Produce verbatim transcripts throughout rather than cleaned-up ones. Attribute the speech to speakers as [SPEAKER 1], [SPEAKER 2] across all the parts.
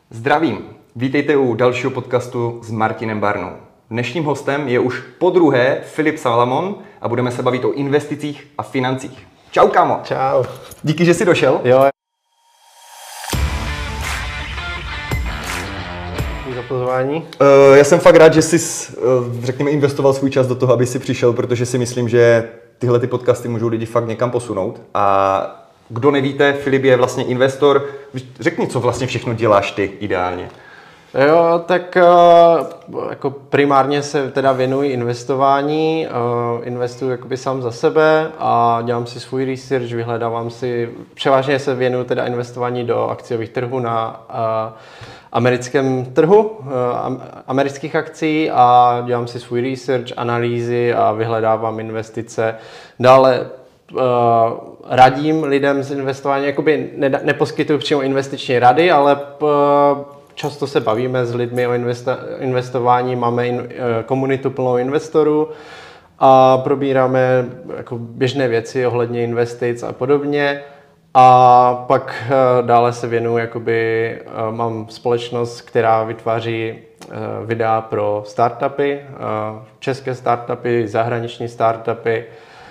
[SPEAKER 1] Zdravím, vítejte u dalšího podcastu s Martinem Barnou. Dnešním hostem je už podruhé Filip Salamon a budeme se bavit o investicích a financích. Čau, kámo.
[SPEAKER 2] Čau.
[SPEAKER 1] Díky, že jsi došel.
[SPEAKER 2] Jo. Díky za pozvání.
[SPEAKER 1] Uh, já jsem fakt rád, že jsi, uh, řekněme, investoval svůj čas do toho, aby si přišel, protože si myslím, že tyhle ty podcasty můžou lidi fakt někam posunout. A kdo nevíte, Filip je vlastně investor. Řekni, co vlastně všechno děláš ty ideálně.
[SPEAKER 2] Jo, tak jako primárně se teda věnuji investování, investuji jakoby sám za sebe a dělám si svůj research, vyhledávám si, převážně se věnuji teda investování do akciových trhů na americkém trhu, amerických akcí a dělám si svůj research, analýzy a vyhledávám investice. Dále radím lidem z investování, jakoby neposkytuju přímo investiční rady, ale často se bavíme s lidmi o investování, máme in, komunitu plnou investorů a probíráme jako běžné věci ohledně investic a podobně. A pak dále se věnuju, jakoby, mám společnost, která vytváří videa pro startupy, české startupy, zahraniční startupy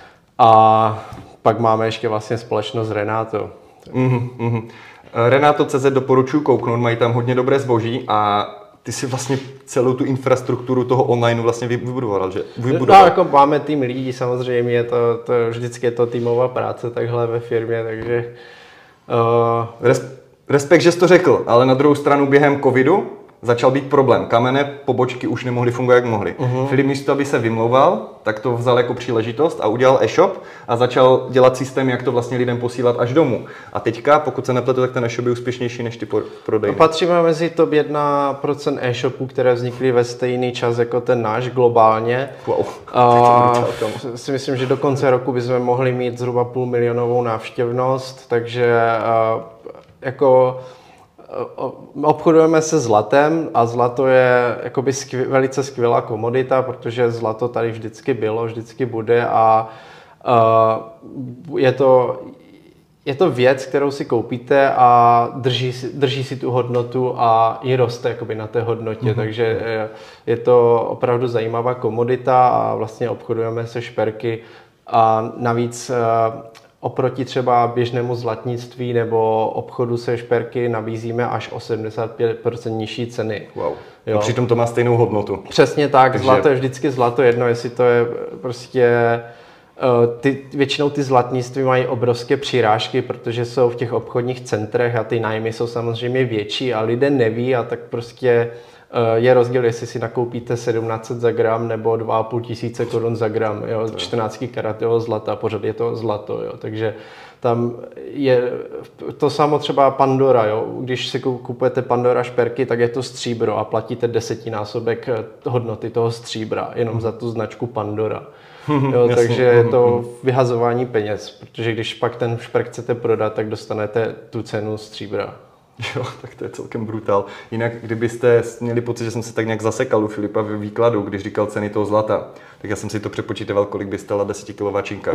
[SPEAKER 2] a pak máme ještě vlastně společnost Renato.
[SPEAKER 1] Mm-hmm, mm-hmm. Renato tečka cé zet doporučuji kouknout, mají tam hodně dobré zboží a ty si vlastně celou tu infrastrukturu toho online vlastně vybudoval, že? Vybudoval.
[SPEAKER 2] No, jako máme tým lidí, samozřejmě, je to, to vždycky je to týmová práce takhle ve firmě, takže...
[SPEAKER 1] Uh... Res, respekt, že jsi to řekl, ale na druhou stranu během covidu začal být problém. Kamenné pobočky už nemohly fungovat, jak mohly. Uh-huh. Filip místo, aby se vymlouval, tak to vzal jako příležitost a udělal e-shop a začal dělat systém, jak to vlastně lidem posílat až domů. A teďka, pokud se nepletu, tak ten e-shop je úspěšnější než ty prodejny.
[SPEAKER 2] Patříme mezi top jedna procent e-shopů, které vznikly ve stejný čas jako ten náš globálně.
[SPEAKER 1] Wow.
[SPEAKER 2] A si myslím, že do konce roku bychom mohli mít zhruba půl milionovou návštěvnost, takže jako obchodujeme se zlatem a zlato je jakoby skvěl, velice skvělá komodita, protože zlato tady vždycky bylo, vždycky bude a uh, je to, je to věc, kterou si koupíte a drží, drží si tu hodnotu a i roste jakoby na té hodnotě, mm-hmm. takže je to opravdu zajímavá komodita a vlastně obchodujeme se šperky a navíc uh, oproti třeba běžnému zlatnictví nebo obchodu se šperky nabízíme až o sedmdesát pět procent nižší ceny.
[SPEAKER 1] Wow. Jo. A přitom to má stejnou hodnotu.
[SPEAKER 2] Přesně tak, takže... zlato je vždycky zlato, jedno, jestli to je prostě... Ty, většinou ty zlatnictví mají obrovské přirážky, protože jsou v těch obchodních centrech a ty nájmy jsou samozřejmě větší a lidé neví a tak prostě je rozdíl, jestli si nakoupíte sedmnáct set za gram nebo dva a půl tisíce korun za gram, jo, čtrnáct karatého zlata, pořád je to zlato, jo, takže tam je to samo třeba Pandora, jo, když si kupujete Pandora šperky, tak je to stříbro a platíte desetinásobek hodnoty toho stříbra jenom za tu značku Pandora. Jo, takže je to vyhazování peněz, protože když pak ten šperk chcete prodat, tak dostanete tu cenu stříbra.
[SPEAKER 1] Jo, tak to je celkem brutál. Jinak, kdybyste měli pocit, že jsem se tak nějak zasekal u Filipa ve výkladu, když říkal ceny toho zlata, tak já jsem si to přepočítal, kolik by stála desetikilová činka.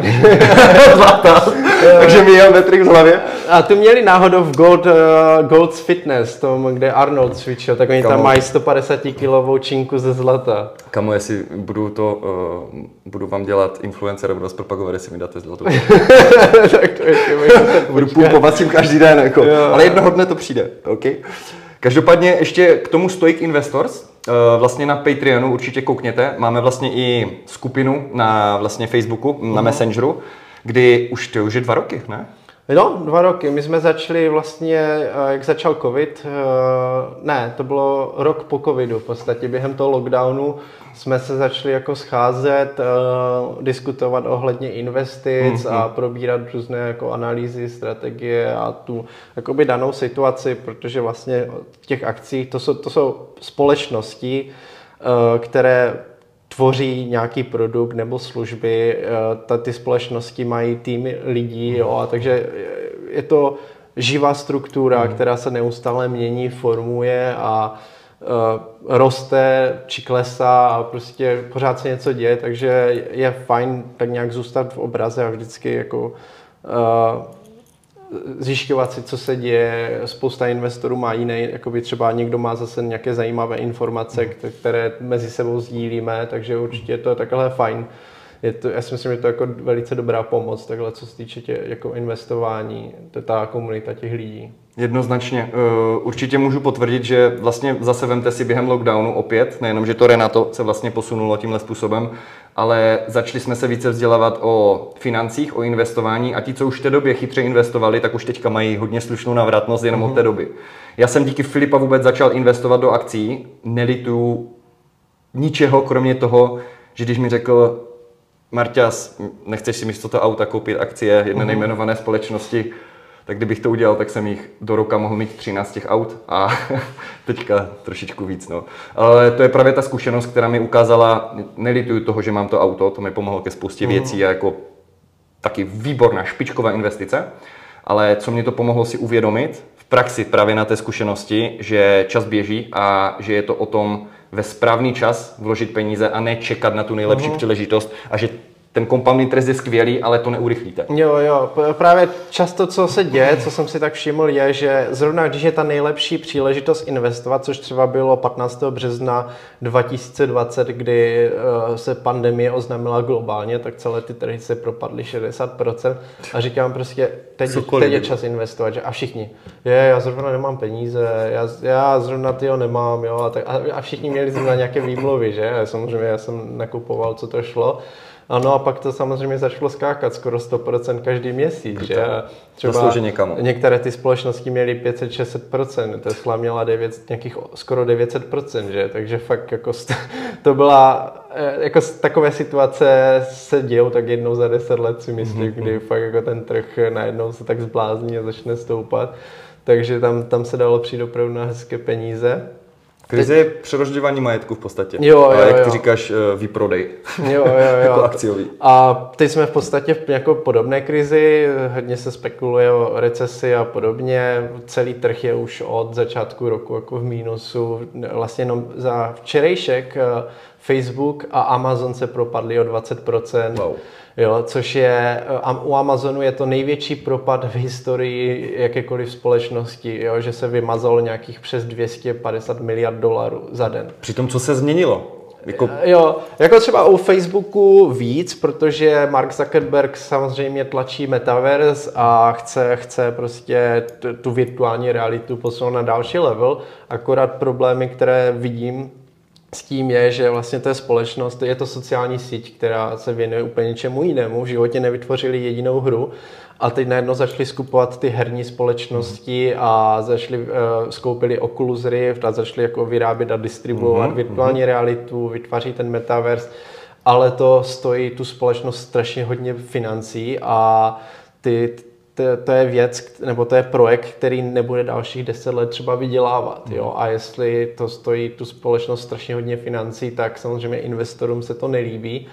[SPEAKER 1] Zlata. Takže mi jel netrik v hlavě.
[SPEAKER 2] A tu měli náhodou v Gold, uh, Gold's Fitness, tom, kde Arnold cvičil, tak oni Kamo. tam mají sto padesát kilovou činku ze zlata.
[SPEAKER 1] Kamo, jestli budu to, uh, budu vám dělat influencer a budu vás propagovat, jestli mi dáte zlato.
[SPEAKER 2] Tak to ještě
[SPEAKER 1] budu pumpovat tím každý den, jako. Ale jednoho dne to přijde. Okay. Každopádně ještě k tomu Stoic Investors, vlastně na Patreonu určitě koukněte, máme vlastně i skupinu na vlastně Facebooku, na uh-huh. Messengeru, kdy už to už je dva roky, ne?
[SPEAKER 2] No, dva roky. My jsme začali vlastně, jak začal covid, ne, to bylo rok po covidu, v podstatě během toho lockdownu jsme se začali jako scházet, diskutovat ohledně investic mm-hmm. a probírat různé jako analýzy, strategie a tu jakoby danou situaci, protože vlastně v těch akcích to jsou, to jsou společnosti, které tvoří nějaký produkt nebo služby, ta, ty společnosti mají týmy lidí, jo, a takže je to živá struktura, mm. která se neustále mění, formuje a uh, roste či klesá a prostě pořád se něco děje, takže je fajn tak nějak zůstat v obraze a vždycky jako uh, zjišťovat si, co se děje. Spousta investorů má jiné, jakoby třeba někdo má zase nějaké zajímavé informace, které mezi sebou sdílíme, takže určitě to je takhle fajn. Je to, já si myslím, že to je jako velice dobrá pomoc, takhle, co se týče tě, jako investování, to je ta komunita těch lidí.
[SPEAKER 1] Jednoznačně. Určitě můžu potvrdit, že vlastně zase vemte si během lockdownu opět, nejenom, že to Renato se vlastně posunulo tímhle způsobem, ale začali jsme se více vzdělávat o financích, o investování a ti, co už v té době chytře investovali, tak už teďka mají hodně slušnou návratnost jenom mm-hmm. od té doby. Já jsem díky Filipa vůbec začal investovat do akcí, nelituju ničeho, kromě toho, že když mi řekl Marťas, nechceš si místo toho auta koupit akcie jedné nejmenované společnosti, tak kdybych to udělal, tak jsem jich do roka mohl mít třináct těch aut a teďka trošičku víc. No. Ale to je právě ta zkušenost, která mi ukázala, nelituju toho, že mám to auto, to mi pomohlo ke spoustě věcí a jako taky výborná špičková investice, ale co mě to pomohlo si uvědomit v praxi právě na té zkušenosti, že čas běží a že je to o tom ve správný čas vložit peníze a ne čekat na tu nejlepší uh-huh. příležitost a že ten compound interest je skvělý, ale to neurychlíte.
[SPEAKER 2] Jo, jo, právě často, co se děje, co jsem si tak všiml, je, že zrovna když je ta nejlepší příležitost investovat, což třeba bylo patnáctého března dva tisíce dvacet, kdy se pandemie oznámila globálně, tak celé ty trhy se propadly šedesát procent a říkám prostě, teď, teď je čas investovat, že a všichni, je, já zrovna nemám peníze, já, já zrovna tyho nemám, jo, a, tak, a všichni měli zrovna nějaké výmluvy, že, a samozřejmě já jsem nakupoval, co to šlo. Ano, a pak to samozřejmě začalo skákat skoro sto procent každý měsíc, že?
[SPEAKER 1] Třeba někam.
[SPEAKER 2] Některé ty společnosti měly pět set šest set procent, Tesla měla devět, nějakých skoro devět set procent, že? Takže fakt jako to byla, jako takové situace se dějou tak jednou za deset let, si myslím, mm-hmm. kdy fakt jako ten trh najednou se tak zblázní a začne stoupat. Takže tam, tam se dalo přijít opravdu na hezké peníze.
[SPEAKER 1] Krize je přerozdělování majetku v podstatě.
[SPEAKER 2] Jo, jo,
[SPEAKER 1] a jak ty
[SPEAKER 2] jo.
[SPEAKER 1] říkáš, výprodej.
[SPEAKER 2] Jo, jo, jo.
[SPEAKER 1] Jako akciový.
[SPEAKER 2] A teď jsme v podstatě v jako podobné krizi, hodně se spekuluje o recesi a podobně. Celý trh je už od začátku roku jako v mínusu. Vlastně jenom za včerejšek Facebook a Amazon se propadly o dvacet procent.
[SPEAKER 1] Wow.
[SPEAKER 2] Jo, což je, u Amazonu je to největší propad v historii jakékoliv společnosti, jo, že se vymazalo nějakých přes dvě stě padesát miliard dolarů za den.
[SPEAKER 1] Přitom co se změnilo? Jako...
[SPEAKER 2] Jo, jako třeba u Facebooku víc, protože Mark Zuckerberg samozřejmě tlačí metaverse a chce, chce prostě t- tu virtuální realitu posunout na další level, akorát problémy, které vidím s tím je, že vlastně to je společnost, je to sociální síť, která se věnuje úplně něčemu jinému, v životě nevytvořili jedinou hru a teď najednou začali skupovat ty herní společnosti a začali, uh, skoupili Oculus Rift a začali jako vyrábět a distribuovat mm-hmm. virtuální realitu, vytváří ten metaverse, ale to stojí tu společnost strašně hodně financí a ty To, to je věc, nebo to je projekt, který nebude dalších deset let třeba vydělávat. Jo? A jestli to stojí tu společnost strašně hodně financí, tak samozřejmě investorům se to nelíbí.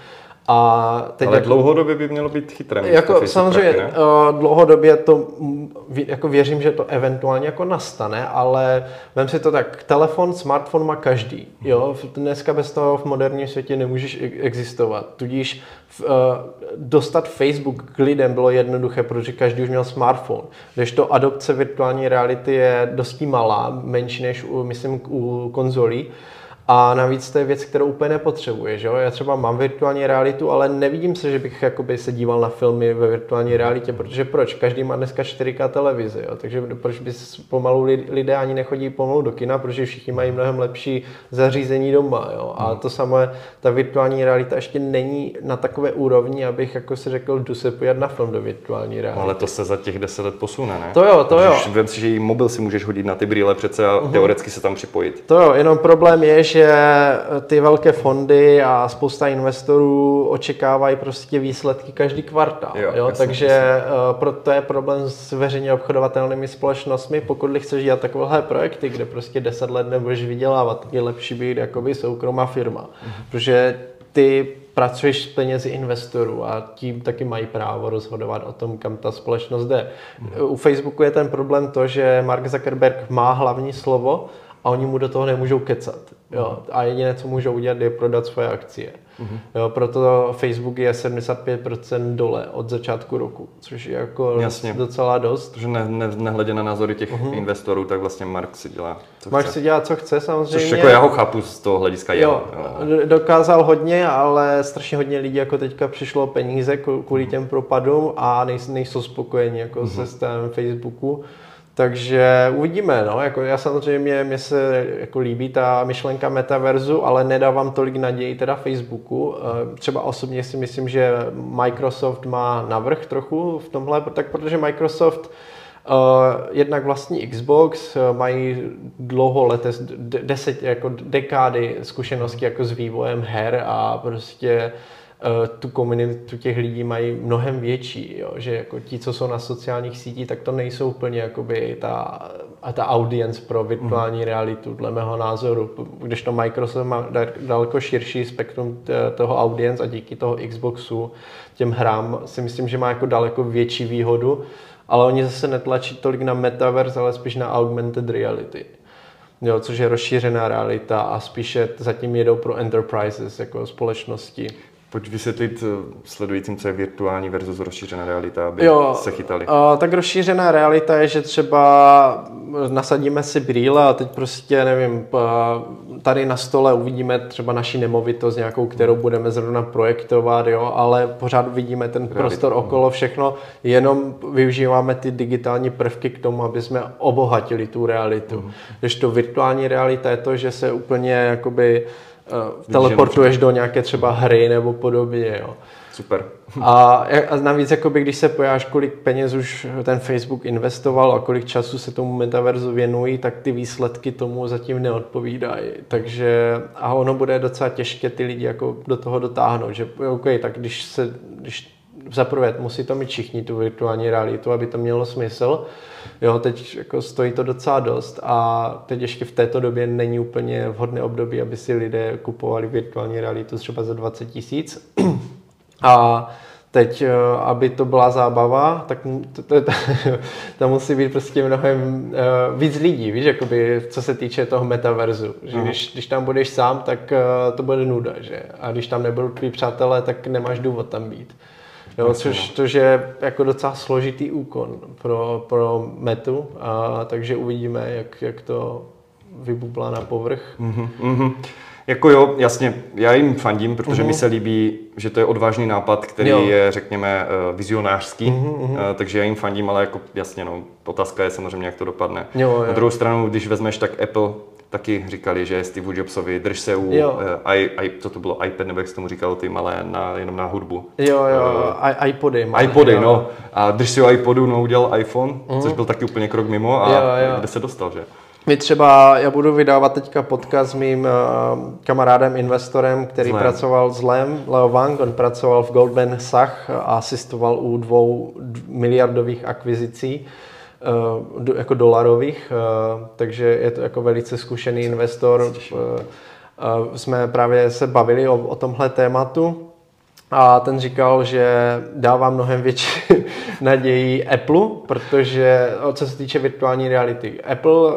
[SPEAKER 2] A teď
[SPEAKER 1] ale
[SPEAKER 2] jako,
[SPEAKER 1] dlouhodobě by mělo být chytré.
[SPEAKER 2] Jako, samozřejmě prachy, uh, dlouhodobě to jako věřím, že to eventuálně jako nastane, ale vem si to tak, telefon, smartphone má každý. Jo? Dneska bez toho v moderním světě nemůžeš existovat. Tudíž uh, dostat Facebook k lidem bylo jednoduché, protože každý už měl smartphone. Kdežto adopce virtuální reality je dosti malá, menší než u, myslím, u konzolí. A navíc to je věc, kterou úplně nepotřebuješ. Jo? Já třeba mám virtuální realitu, ale nevidím se, že bych jakoby se díval na filmy ve virtuální realitě, protože proč? Každý má dneska čtyři ká televizi, jo? Takže proč by pomalu lidé ani nechodí pomalu do kina, protože všichni mají mnohem lepší zařízení doma. Jo? A to samé, ta virtuální realita ještě není na takové úrovni, abych jako si řekl, jdu se podívat na film do virtuální reality.
[SPEAKER 1] Ale to se za těch deset let posune, ne?
[SPEAKER 2] To jo, to jo.
[SPEAKER 1] Vem si, že i mobil si můžeš hodit na ty brýle přece a uh-huh. teoreticky se tam připojit.
[SPEAKER 2] To jo, jenom problém je, že ty velké fondy a spousta investorů očekávají prostě výsledky každý kvartál. Jo, jo? Jasný, Takže jasný. Proto je problém s veřejně obchodovatelnými společnostmi. Pokud chceš dělat takovéhle projekty, kde prostě deset let nebudeš vydělávat, tak je lepší být jakoby soukromá firma. Mhm. Protože ty pracuješ s penězi investorů a tím taky mají právo rozhodovat o tom, kam ta společnost jde. Mhm. U Facebooku je ten problém to, že Mark Zuckerberg má hlavní slovo, a oni mu do toho nemůžou kecat. Jo? A jediné, co můžou udělat, je prodat svoje akcie. Mm-hmm. Jo, proto Facebook je sedmdesát pět procent dole od začátku roku, což je jako Jasně. docela dost.
[SPEAKER 1] Protože ne, ne, nehledě na názory těch mm-hmm. investorů, tak vlastně Mark si dělá, co
[SPEAKER 2] Mark
[SPEAKER 1] chce.
[SPEAKER 2] si dělá, co chce, samozřejmě.
[SPEAKER 1] Což jako já ho chápu z toho hlediska.
[SPEAKER 2] Jo, jo. Dokázal hodně, ale strašně hodně lidí jako teďka přišlo peníze kvůli těm propadům a nejsou spokojeni jako mm-hmm. se stavem Facebooku. Takže uvidíme, no, jako já samozřejmě, mně se jako líbí ta myšlenka metaverzu, ale nedávám tolik naději teda Facebooku. Třeba osobně si myslím, že Microsoft má navrch trochu v tomhle, tak protože Microsoft uh, jednak vlastní Xbox, uh, mají dlouholeté, deset, jako dekády zkušenosti jako s vývojem her a prostě tu komunitu těch lidí mají mnohem větší, jo? Že jako ti, co jsou na sociálních sítích, tak to nejsou úplně jakoby ta, ta audience pro virtuální mm. realitu, dle mého názoru. Když to Microsoft má daleko širší spektrum toho audience a díky toho Xboxu těm hrám si myslím, že má jako daleko větší výhodu, ale oni zase netlačí tolik na metaverse, ale spíš na augmented reality. Jo, což je rozšířená realita a spíše zatím jedou pro enterprises, jako společnosti.
[SPEAKER 1] Pojď vysvětlit sledujícím, co je virtuální versus rozšířená realita, aby
[SPEAKER 2] jo,
[SPEAKER 1] se chytali.
[SPEAKER 2] Uh, tak rozšířená realita je, že třeba nasadíme si brýle a teď prostě, nevím, tady na stole uvidíme třeba naši nemovitost nějakou, kterou budeme zrovna projektovat, jo, ale pořád vidíme ten realita. Prostor okolo, všechno, jenom využíváme ty digitální prvky k tomu, aby jsme obohatili tu realitu. Uh-huh. Když to virtuální realita je to, že se úplně jakoby Uh, teleportuješ do nějaké třeba hry nebo podobně, jo.
[SPEAKER 1] Super.
[SPEAKER 2] A, a navíc, jakoby, když se pojáš, kolik peněz už ten Facebook investoval a kolik času se tomu metaverzu věnují, tak ty výsledky tomu zatím neodpovídají. Takže a ono bude docela těžké ty lidi jako do toho dotáhnout, že OK, tak když se, když zaprvé musí to mít všichni tu virtuální realitu, aby to mělo smysl. Jo, teď jako stojí to docela dost a teď ještě v této době není úplně vhodné období, aby si lidé kupovali virtuální realitu třeba za dvacet tisíc. A teď, aby to byla zábava, tak to, to, to, to musí být prostě mnohem uh, víc lidí, víš, jakoby, co se týče toho metaverzu. Že uh-huh. když, když tam budeš sám, tak uh, to bude nuda, že? A když tam nebudou tví přátelé, tak nemáš důvod tam být. Jo, což to, je jako docela složitý úkon pro, pro metu, a takže uvidíme, jak, jak to vybublá na povrch.
[SPEAKER 1] Mm-hmm, mm-hmm. Jako jo, jasně, já jim fandím, protože mm-hmm. mi se líbí, že to je odvážný nápad, který jo. je, řekněme, vizionářský, mm-hmm. takže já jim fandím, ale jako jasně, no, otázka je samozřejmě, jak to dopadne. Jo, jo. Na druhou stranu, když vezmeš, tak Apple taky říkali, že Steve Jobsovi, drž se u, i, i, co to bylo, iPad, nebo jak jsi tomu říkal, ty malé, na, jenom na hudbu.
[SPEAKER 2] Jo, jo, uh, iPody.
[SPEAKER 1] Malé, iPody, jo. no. A drž si u iPodu, no, udělal iPhone, uh-huh. což byl taky úplně krok mimo a jo, jo. kde se dostal, že?
[SPEAKER 2] My třeba, já budu vydávat teďka podcast s mým uh, kamarádem, investorem, který Zlem. pracoval s Lem, Leo Wang, on pracoval v Goldman Sachs a asistoval u dvou miliardových akvizicí. Uh, jako dolarových, uh, takže je to jako velice zkušený investor. Uh, uh, jsme právě se bavili o, o tomhle tématu a ten říkal, že dává mnohem větší naději Apple, protože co se týče virtuální reality. Apple uh,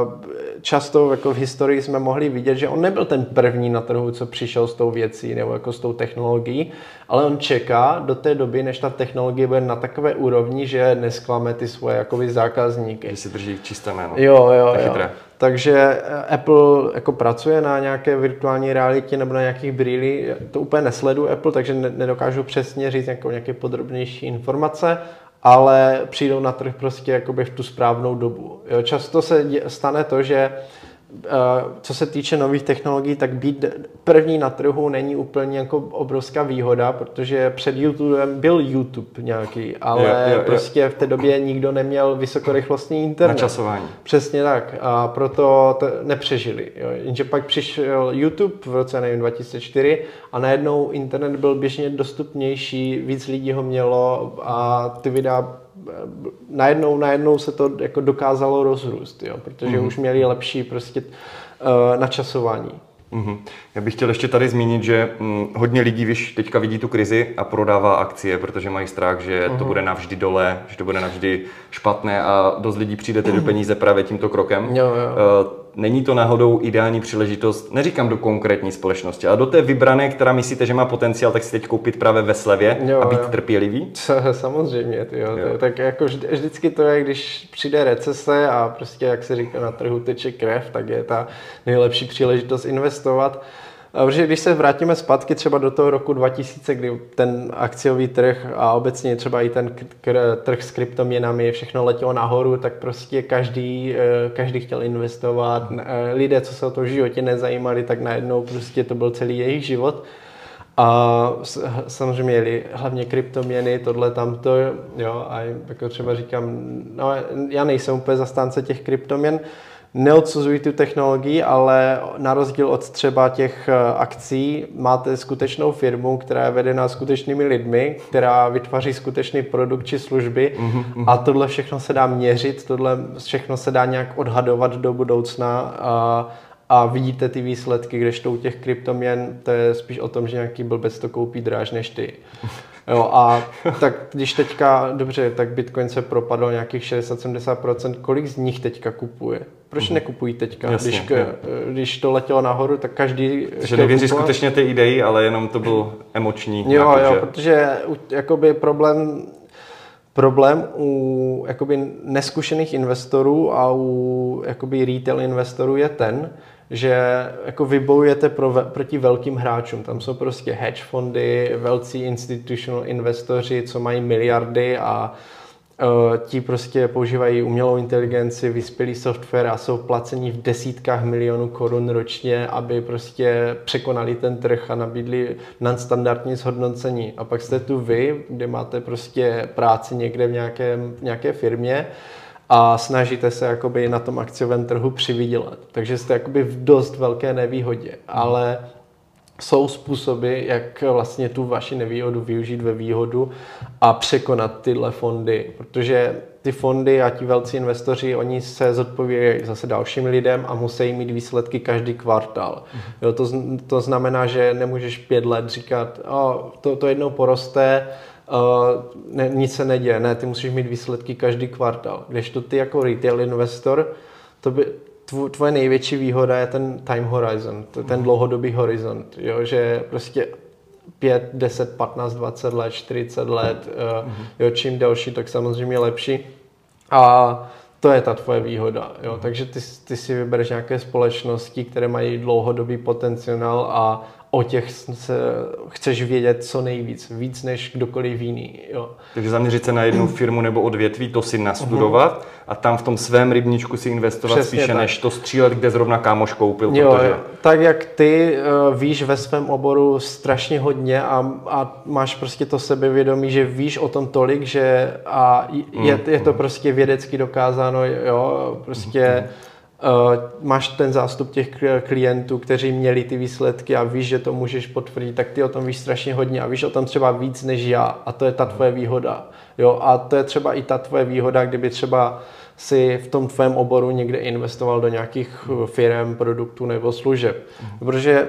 [SPEAKER 2] často jako v historii jsme mohli vidět, že on nebyl ten první na trhu, co přišel s tou věcí nebo jako s tou technologií, ale on čeká do té doby, než ta technologie bude na takové úrovni, že nesklame ty svoje jakoby zákazníky.
[SPEAKER 1] Když si drží čisté jméno.
[SPEAKER 2] Jo, jo, jo. Takže Apple jako pracuje na nějaké virtuální realitě nebo na nějakých brýlích. To úplně nesleduju Apple, takže nedokážu přesně říct nějakou, nějaké podrobnější informace, ale přijdou na trh prostě jakoby v tu správnou dobu. Jo, často se stane to, že co se týče nových technologií, tak být první na trhu není úplně jako obrovská výhoda, protože před YouTubem byl YouTube nějaký, ale jo, jo, prostě jo. v té době nikdo neměl vysokorychlostní internet.
[SPEAKER 1] Načasování.
[SPEAKER 2] Přesně tak a proto to nepřežili. Jo. Jenže pak přišel YouTube v roce nevím, dva tisíce čtyři a najednou internet byl běžně dostupnější, víc lidí ho mělo a ty videa najednou, najednou se to jako dokázalo rozrůst, jo, protože mm-hmm. už měli lepší prostě uh, načasování.
[SPEAKER 1] Mm-hmm. Já bych chtěl ještě tady zmínit, že hm, hodně lidí víš, teďka vidí tu krizi a prodává akcie, protože mají strach, že mm-hmm. to bude navždy dole, že to bude navždy špatné a dost lidí přijde tedy do peníze právě tímto krokem.
[SPEAKER 2] Jo, jo. Uh,
[SPEAKER 1] není to náhodou ideální příležitost, neříkám do konkrétní společnosti, ale do té vybrané, která myslíte, že má potenciál, tak si teď koupit právě ve slevě jo, a být jo. trpělivý?
[SPEAKER 2] Samozřejmě, tyjo, jo. Tak jako vždy, vždycky to je, když přijde recese a prostě, jak se říká, na trhu teče krev, tak je ta nejlepší příležitost investovat. Protože když se vrátíme zpátky třeba do toho roku dva tisíce, kdy ten akciový trh a obecně třeba i ten trh s kryptoměnami všechno letělo nahoru, tak prostě každý, každý chtěl investovat. Lidé, co se o to v životě nezajímali, tak najednou prostě to byl celý jejich život. A samozřejmě měli hlavně kryptoměny, tohle, tamto, jo, a jako třeba říkám, no, já nejsem úplně zastánce těch kryptoměn, neodsuzují tu technologii, ale na rozdíl od třeba těch akcí máte skutečnou firmu, která je vedená skutečnými lidmi, která vytváří skutečný produkt či služby mm-hmm. a tohle všechno se dá měřit, tohle všechno se dá nějak odhadovat do budoucna a, a vidíte ty výsledky, kdežto u těch kryptoměn to je spíš o tom, že nějaký blbec to koupí dráž než ty. Jo, a tak když teďka, dobře, tak Bitcoin se propadl nějakých šedesát až sedmdesát procent, kolik z nich teďka kupuje? Proč nekupují teďka? Jasně, když, k, když to letělo nahoru, tak každý...
[SPEAKER 1] Takže nevěří kupovat. Skutečně ty idei, ale jenom to byl emoční.
[SPEAKER 2] Jo,
[SPEAKER 1] nákup,
[SPEAKER 2] jo,
[SPEAKER 1] že?
[SPEAKER 2] Protože jakoby problém, problém u jakoby neskušených investorů a u jakoby retail investorů je ten, že jako vybojujete pro, proti velkým hráčům. Tam jsou prostě hedge fondy, velcí institutional investoři, co mají miliardy a uh, ti prostě používají umělou inteligenci, vyspělý software a jsou placení v desítkách milionů korun ročně, aby prostě překonali ten trh a nabídli nadstandardní zhodnocení. A pak jste tu vy, kde máte prostě práci někde v nějakém, nějaké firmě, a snažíte se jakoby na tom akciovém trhu přivydělat. Takže jste jakoby v dost velké nevýhodě, ale jsou způsoby, jak vlastně tu vaši nevýhodu využít ve výhodu a překonat tyhle fondy, protože ty fondy a ti velcí investoři, oni se zodpovídají zase dalším lidem a musí mít výsledky každý kvartál. Jo, to, to znamená, že nemůžeš pět let říkat, o, to, to jednou poroste, Uh, ne, nic se neděje, ne, ty musíš mít výsledky každý kvartál. Kdežto ty jako retail investor, to by, tvo, tvoje největší výhoda je ten time horizon, ten dlouhodobý horizont, jo, že prostě pět, deset, patnáct, dvacet let, čtyřicet let, uh, jo, čím delší, tak samozřejmě lepší. A to je ta tvoje výhoda, jo, takže ty, ty si vybereš nějaké společnosti, které mají dlouhodobý potenciál a o těch se chceš vědět co nejvíc, víc než kdokoliv jiný. Jo.
[SPEAKER 1] Takže zaměřit se na jednu firmu nebo odvětví, to si nastudovat a tam v tom svém rybníčku si investovat přesně spíše, tak. Než to střílet, kde zrovna kámoš koupil.
[SPEAKER 2] Jo,
[SPEAKER 1] protože...
[SPEAKER 2] jo. Tak jak ty uh, víš ve svém oboru strašně hodně a, a máš prostě to sebevědomí, že víš o tom tolik, že a je, je to prostě vědecky dokázáno, jo, prostě... Uh, máš ten zástup těch klientů, kteří měli ty výsledky a víš, že to můžeš potvrdit, tak ty o tom víš strašně hodně a víš o tom třeba víc než já a to je ta tvoje výhoda. Jo? A to je třeba i ta tvoje výhoda, kdyby třeba si v tom tvém oboru někde investoval do nějakých firem, produktů nebo služeb. Protože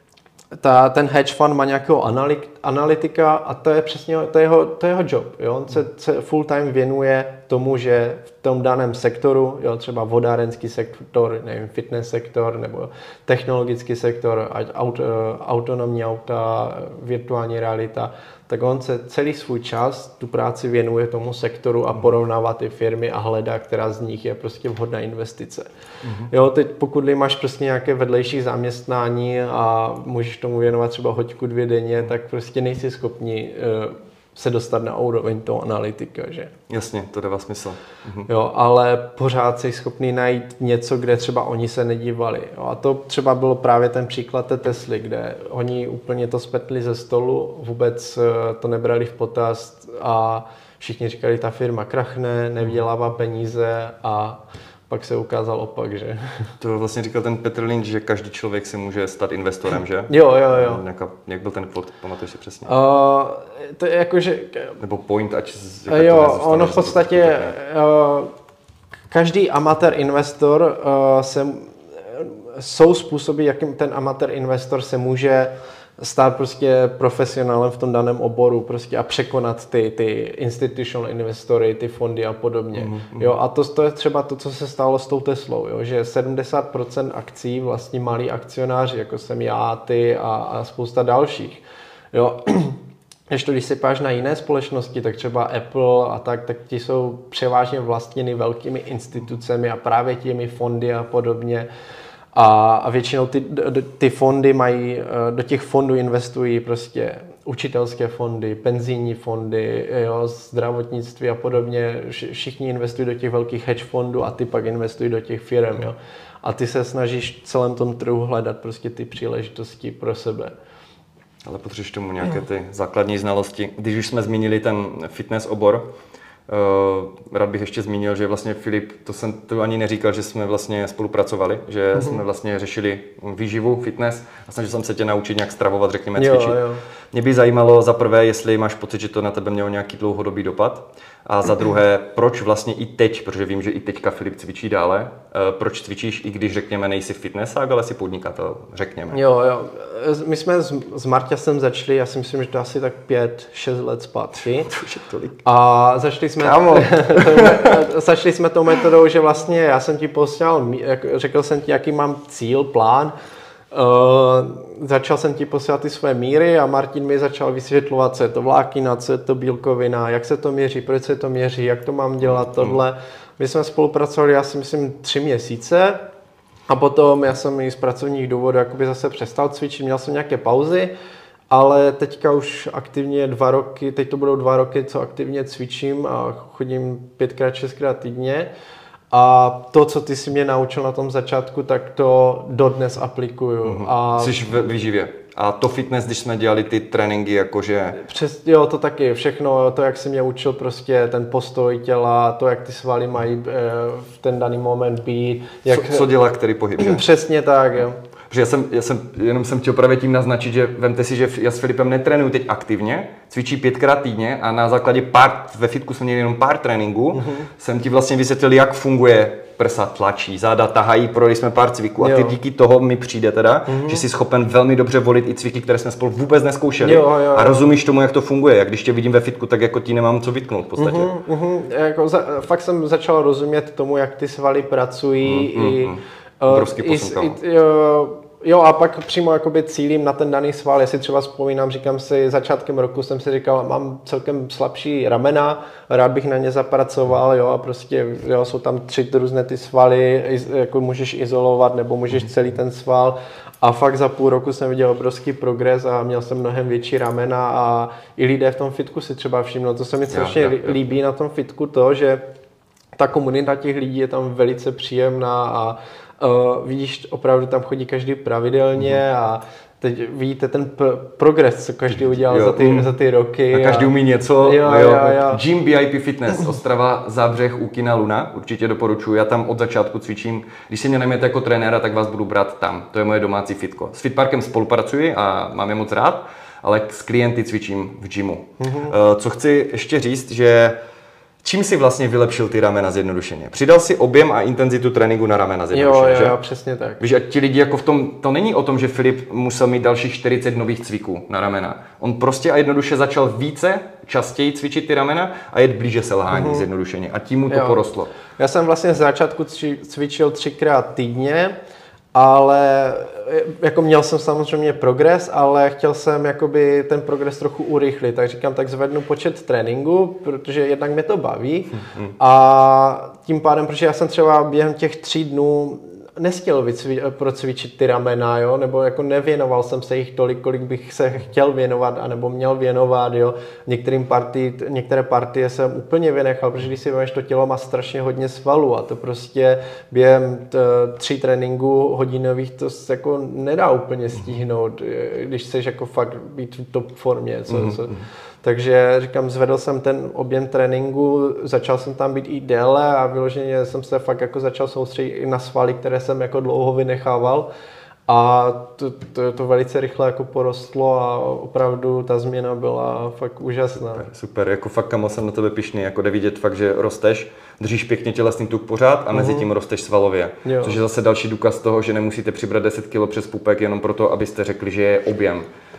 [SPEAKER 2] ta, ten hedge fund má nějakého analytika a to je přesně to je jeho, to je jeho job. Jo? On se, se full time věnuje tomu, že v tom daném sektoru, jo, třeba vodárenský sektor, nevím, fitness sektor nebo technologický sektor, aut, autonomní auta, virtuální realita, tak on se celý svůj čas, tu práci věnuje tomu sektoru a porovnává ty firmy a hledá, která z nich je prostě vhodná investice. Mm-hmm. Jo, teď pokud máš prostě nějaké vedlejší zaměstnání a můžeš tomu věnovat třeba hoďku dvě denně, tak prostě nejsi schopni uh, se dostat na úroveň toho analytika, že?
[SPEAKER 1] Jasně, to dává smysl. Mhm.
[SPEAKER 2] Jo, ale pořád jsi schopný najít něco, kde třeba oni se nedívali. Jo, a to třeba bylo právě ten příklad té Tesly, kde oni úplně to spetli ze stolu, vůbec to nebrali v potaz a všichni říkali, ta firma krachne, nevydělává peníze a pak se ukázal opak, že?
[SPEAKER 1] To vlastně říkal ten Petr Lynch, že každý člověk se může stát investorem, že?
[SPEAKER 2] Jo, jo, jo.
[SPEAKER 1] Nějaká, jak byl ten kvot, pamatuješ si přesně?
[SPEAKER 2] Uh, to je jako, že...
[SPEAKER 1] Nebo point, ať...
[SPEAKER 2] Jo, ono v podstatě... Uh, každý amatér investor uh, se... Jsou způsoby, jakým ten amatér investor se může stát prostě profesionálem v tom daném oboru prostě a překonat ty, ty institutional investory, ty fondy a podobně. Mm-hmm. Jo, a to, to je třeba to, co se stalo s tou Teslou, jo, že sedmdesát procent akcí vlastní malí akcionáři, jako jsem já, ty a, a spousta dalších. Jo. Ještě když se páš na jiné společnosti, tak třeba Apple a tak, tak ti jsou převážně vlastněny velkými institucemi a právě těmi fondy a podobně. A, a většinou ty, ty fondy mají, do těch fondů investují prostě učitelské fondy, penzijní fondy, jo, zdravotnictví a podobně. Všichni investují do těch velkých hedge fondů a ty pak investují do těch firm. Jo. A ty se snažíš v celém tom trhu hledat prostě ty příležitosti pro sebe.
[SPEAKER 1] Ale potřebuješ tomu nějaké ty základní znalosti. Když už jsme zmínili ten fitness obor, uh, rád bych ještě zmínil, že vlastně Filip, to jsem to ani neříkal, že jsme vlastně spolupracovali, že mm-hmm. jsme vlastně řešili výživu, fitness a snažil jsem se tě naučit nějak stravovat, řekněme, cvičit. Jo, jo. Mě by zajímalo za prvé, jestli máš pocit, že to na tebe mělo nějaký dlouhodobý dopad a za druhé, proč vlastně i teď, protože vím, že i teďka Filip cvičí dále, proč cvičíš, i když řekněme nejsi fitnessák, ale jsi podnikatel, řekněme.
[SPEAKER 2] Jo, jo. My jsme s, s Marťasem začali, já si myslím, že to asi tak pět, šest let zpátky.
[SPEAKER 1] To už je tolik.
[SPEAKER 2] A začali jsme, začali jsme tou metodou, že vlastně já jsem ti posílal, řekl jsem ti, jaký mám cíl, plán. Uh, začal jsem ti posílat ty své míry a Martin mi začal vysvětlovat, co je to vláknina, co je to bílkovina, jak se to měří, proč se to měří, jak to mám dělat, tohle. My jsme spolupracovali, já si myslím, tři měsíce a potom já jsem i z pracovních důvodů jakoby zase přestal cvičit, měl jsem nějaké pauzy, ale teďka už aktivně dva roky, teď to budou dva roky, co aktivně cvičím a chodím pětkrát, šestkrát týdně. A to, co ty jsi mě naučil na tom začátku, tak to dodnes aplikuju. Mm-hmm. A
[SPEAKER 1] jsi v výživě. A to fitness, když jsme dělali ty tréninky, jakože...
[SPEAKER 2] Přes, jo, to taky. Všechno, to, jak jsi mě učil, prostě ten postoj těla, to, jak ty svaly mají e, v ten daný moment být. Jak...
[SPEAKER 1] Co, co dělá který pohyb, že?
[SPEAKER 2] Přesně tak, jo.
[SPEAKER 1] Protože já jsem, já jsem, jenom jsem chtěl právě tím naznačit, že vemte si, že já s Filipem netrénuju teď aktivně, cvičí pětkrát týdně a na základě pár, ve fitku jsme měli jenom pár tréninků, mm-hmm. jsem ti vlastně vysvětlil, jak funguje prsa tlačí, záda tahají, projeli jsme pár cviků a ty jo. díky toho mi přijde teda, mm-hmm. že jsi schopen velmi dobře volit i cviky, které jsme spolu vůbec neskoušeli. Jo, jo, jo. A rozumíš tomu, jak to funguje. Jak když tě vidím ve fitku, tak jako ti nemám co vytknout v podstatě.
[SPEAKER 2] Mm-hmm, mm-hmm. Jako za, fakt jsem začal rozumět tomu, jak ty svaly pracují. Mm-hmm. I,
[SPEAKER 1] Obrovský posun.
[SPEAKER 2] Jo, a pak přímo jakoby cílím na ten daný sval. Já si třeba vzpomínám, říkám si, začátkem roku jsem si říkal, mám celkem slabší ramena, rád bych na ně zapracoval, jo, a prostě jo, jsou tam tři různé ty svaly, jako můžeš izolovat nebo můžeš celý ten sval. A fakt za půl roku jsem viděl obrovský progres a měl jsem mnohem větší ramena a i lidé v tom fitku si třeba všimnou. To se mi strašně líbí na tom fitku to, že ta komunita těch lidí je tam velice příjemná a Uh, vidíš, opravdu tam chodí každý pravidelně mm. a teď vidíte ten p- progres, co každý udělal jo, za, ty, mm. za ty roky.
[SPEAKER 1] A každý
[SPEAKER 2] a...
[SPEAKER 1] umí něco. Jo, jo. Jo, jo. Gym B I P Fitness, Ostrava, Zábřeh, Úkina, Luna, určitě doporučuji. Já tam od začátku cvičím. Když si mě najmete jako trenéra, tak vás budu brát tam. To je moje domácí fitko. S Fitparkem spolupracuji a mám je moc rád, ale s klienty cvičím v gymu. Mm-hmm. Uh, co chci ještě říct, že čím jsi vlastně vylepšil ty ramena zjednodušeně? Přidal si objem a intenzitu tréninku na ramena zjednodušeně,
[SPEAKER 2] jo, jo,
[SPEAKER 1] že?
[SPEAKER 2] Jo, přesně tak.
[SPEAKER 1] Víš, a ti lidi jako v tom, to není o tom, že Filip musel mít dalších čtyřicet nových cviků na ramena. On prostě a jednoduše začal více, častěji cvičit ty ramena a jet blíže selhání mm-hmm. zjednodušeně. A tím mu to jo. porostlo.
[SPEAKER 2] Já jsem vlastně z začátku cvičil třikrát týdně, ale jako měl jsem samozřejmě progres, ale chtěl jsem jakoby ten progres trochu urychlit, tak říkám, tak zvednu počet tréninku, protože jednak mě to baví hmm. a tím pádem, protože já jsem třeba během těch tří dnů nestihl vycvi- procvičit ty ramena, jo, nebo jako nevěnoval jsem se jich tolik, kolik bych se chtěl věnovat, anebo měl věnovat, jo. Některým partii, některé partie jsem úplně vynechal, protože když si vemeš, to tělo má strašně hodně svalů a to prostě během t- tří tréninků hodinových to se jako nedá úplně stihnout, když chceš jako fakt být v top formě, co, co. Takže říkám, zvedl jsem ten objem tréninku, začal jsem tam být i déle a vyloženě jsem se fakt jako začal soustředit i na svaly, které jsem jako dlouho vynechával. A to, to, to velice rychle jako porostlo a opravdu ta změna byla fakt úžasná.
[SPEAKER 1] Super, super. Jako fakt, kamo, jsem na tebe pyšný, jako jde vidět fakt, že rosteš, držíš pěkně tělesný tuk pořád a mezi tím rosteš svalově. Jo. Což je zase další důkaz toho, že nemusíte přibrat deset kilo přes pupek jenom proto, abyste řekli, že je objem.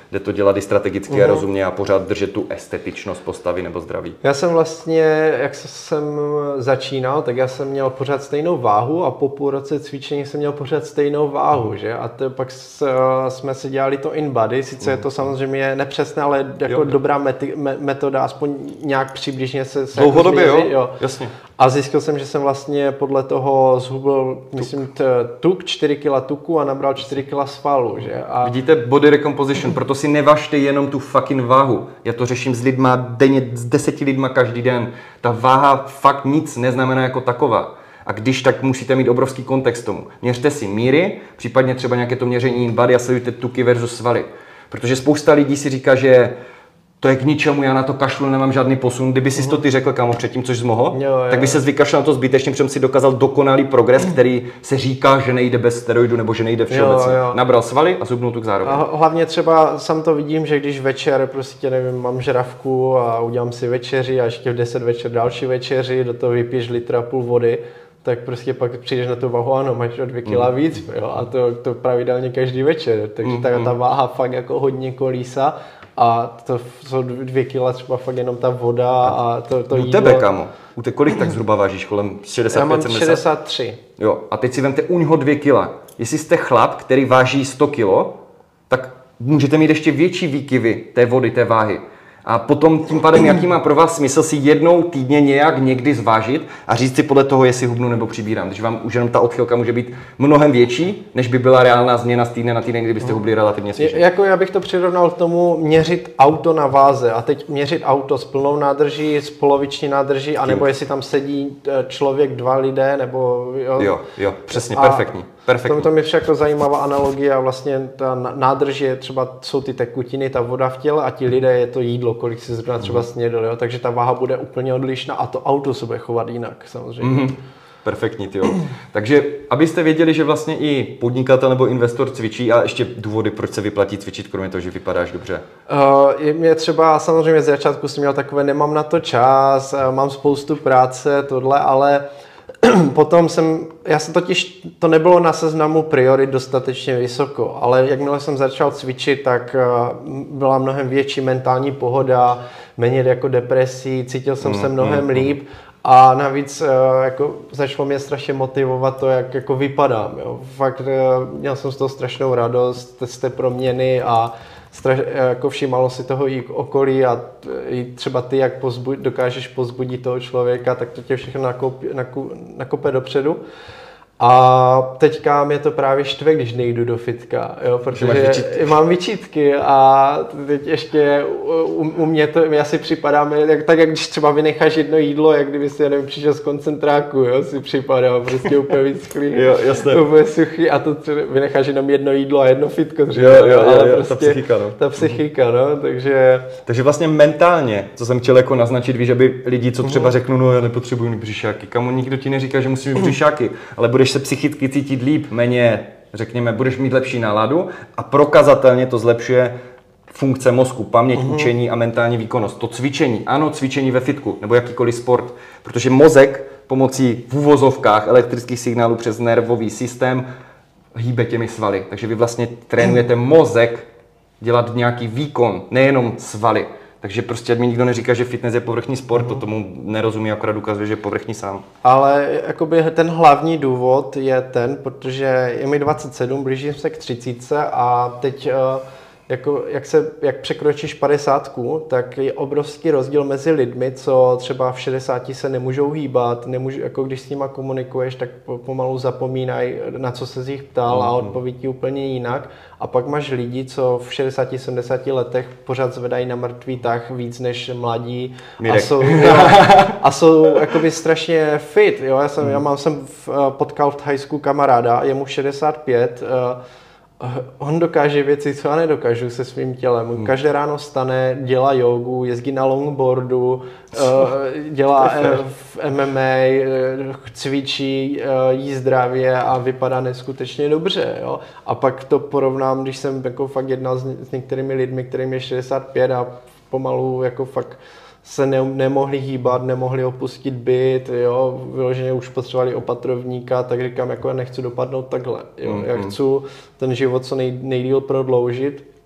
[SPEAKER 1] jde to dělat i strategicky uh-huh. a rozumně a pořád držet tu estetičnost postavy nebo zdraví.
[SPEAKER 2] Já jsem vlastně, jak jsem začínal, tak já jsem měl pořád stejnou váhu a po půl roce cvičení jsem měl pořád stejnou váhu, že? A to pak s, jsme si dělali to InBody, sice je to samozřejmě nepřesné, ale jako jo. dobrá meti, me, metoda, aspoň nějak přibližně se, se
[SPEAKER 1] dlouhodobě,
[SPEAKER 2] jako
[SPEAKER 1] jo?
[SPEAKER 2] jo,
[SPEAKER 1] Jasně.
[SPEAKER 2] A zjistil jsem, že jsem vlastně podle toho zhubil, tuk. myslím, t, tuk, čtyři kila tuku a nabral čtyři kila svalu, že? A...
[SPEAKER 1] Vidíte, body recomposition, proto si nevažte jenom tu fucking váhu. Já to řeším s lidma denně, s deseti lidma každý den. Ta váha fakt nic neznamená jako taková. A když, tak musíte mít obrovský kontext tomu. Měřte si míry, případně třeba nějaké to měření InBody a sledujte tuky versus svaly. Protože spousta lidí si říká, že to je k ničemu, já na to kašlu, nemám žádný posun. Kdyby si to ty řekl, kámo, předtím, což jsi mohl, jo, jo. tak by se vykašlal na to zbytečně, protože si dokázal dokonalý progres, který se říká, že nejde bez steroidu nebo že nejde všeobecně. Jo, jo. Nabral svaly a zubnul tuk zároveň.
[SPEAKER 2] A hlavně třeba sam to vidím, že když večer prostě nevím, mám žravku a udělám si večeři a ještě v deset večer další večeři, do toho vypiješ litr a půl vody, tak prostě pak přijdeš na tu váhu, ano, máš o dvě kila mm. víc, jo, a to, to pravidelně každý večer, takže mm. ta, ta váha fakt jako hodně kolísa. A to jsou dvě kila třeba fakt jenom ta voda a to, to jídlo.
[SPEAKER 1] U tebe, kámo, u te kolik tak zhruba vážíš? Kolem šedesát pět sedmdesát?
[SPEAKER 2] Já mám šedesát tři.
[SPEAKER 1] Jo, a teď si vemte u něho dvě kila. Jestli jste chlap, který váží sto kilo, tak můžete mít ještě větší výkyvy té vody, té váhy. A potom tím pádem, jaký má pro vás smysl si jednou týdně nějak někdy zvážit a říct si podle toho, jestli hubnu nebo přibírám. Když vám už jenom ta odchylka může být mnohem větší, než by byla reálná změna z týdne na týden, kdybyste hubli relativně svěžně.
[SPEAKER 2] Jako já bych to přirovnal k tomu měřit auto na váze a teď měřit auto s plnou nádrží, s poloviční nádrží, anebo jestli tam sedí člověk, dva lidé, nebo jo.
[SPEAKER 1] Jo, jo, přesně, perfektní. Perfektní.
[SPEAKER 2] To mi však to zajímavá analogie a vlastně ta nádrž je třeba, jsou ty tekutiny, ta voda v těle a ti lidé je to jídlo, kolik si zrovna třeba snědl, jo? Takže ta váha bude úplně odlišná a to auto se bude chovat jinak samozřejmě. Mm-hmm.
[SPEAKER 1] Perfektní, tyjo. Takže abyste věděli, že vlastně i podnikatel nebo investor cvičí a ještě důvody, proč se vyplatí cvičit, kromě toho, že vypadáš dobře.
[SPEAKER 2] Uh, mě třeba samozřejmě z začátku jsem měl takové, nemám na to čas, mám spoustu práce, tohle, ale potom jsem, já jsem totiž, to nebylo na seznamu priorit dostatečně vysoko, ale jakmile jsem začal cvičit, tak byla mnohem větší mentální pohoda, méně jako depresí, cítil jsem se mnohem líp a navíc jako začalo mě strašně motivovat to, jak jako vypadám. Jo. Fakt měl jsem z toho strašnou radost, z té proměny a Straš, jako všímalo si toho i okolí a i třeba ty, jak pozbud, dokážeš pozbudit toho člověka, tak to tě všechno nakop, nakop, nakope dopředu. A teďka mě to právě štve, když nejdu do fitka, jo, protože vyčítky. Mám vyčítky a teď ještě u, u mě to, já si připadám, jak, tak jak když třeba vynecháš jedno jídlo, jak kdyby si, já nevím, přišel z koncentráku, jo, si připadám prostě úplně vyschlý,
[SPEAKER 1] jo, jasné.
[SPEAKER 2] úplně suchý a to vynecháš jenom jedno jídlo a jedno fitko třeba,
[SPEAKER 1] jo, jo,
[SPEAKER 2] ale
[SPEAKER 1] jo,
[SPEAKER 2] prostě
[SPEAKER 1] ta psychika, no.
[SPEAKER 2] Ta psychika, no, takže...
[SPEAKER 1] Takže vlastně mentálně, co jsem chtěl jako naznačit, víš, aby lidi, co třeba řeknou, no já nepotřebuji mít břišáky, kamo nikdo ti neříká, že musí mít břišáky, ale budeš se psychicky cítit líp, méně, řekněme, budeš mít lepší náladu a prokazatelně to zlepšuje funkce mozku, paměť, uh-huh. učení a mentální výkonnost. To cvičení, ano, cvičení ve fitku nebo jakýkoliv sport, protože mozek pomocí v uvozovkách elektrických signálů přes nervový systém hýbe těmi svaly. Takže vy vlastně trénujete mozek dělat nějaký výkon, nejenom svaly. Takže prostě mi nikdo neříká, že fitness je povrchní sport, to tomu nerozumí, akorát ukazuje, že je povrchní sám.
[SPEAKER 2] Ale jakoby ten hlavní důvod je ten, protože je mi dvacet sedm, blížím se k třicítce a teď jako, jak, se, jak překročíš padesátku, tak je obrovský rozdíl mezi lidmi, co třeba v šedesáti se nemůžou hýbat, nemůžu, jako když s nima komunikuješ, tak pomalu zapomínají, na co se z jich ptal a odpovědí úplně jinak. A pak máš lidi, co v šedesáti sedmdesáti letech pořád zvedají na mrtvý tah víc než mladí a jsou, jo, a jsou jakoby strašně fit. Jo? Já, jsem, já mám, jsem v, potkal v Thajsku kamaráda, je mu šedesát pět, on dokáže věci, co já nedokážu se svým tělem. Hmm. Každé ráno stane, dělá jogu, jezdí na longboardu, dělá v M M A, cvičí, jí zdravě a vypadá neskutečně dobře. Jo? A pak to porovnám, když jsem jako fakt jednal s, s některými lidmi, kterým je šedesát pět a pomalu jako fakt se ne, nemohli hýbat, nemohli opustit byt, jo, vyloženě už potřebovali opatrovníka, tak říkám, jako já nechci dopadnout takhle, jo, mm, já chci ten život co nej, nejdýl prodloužit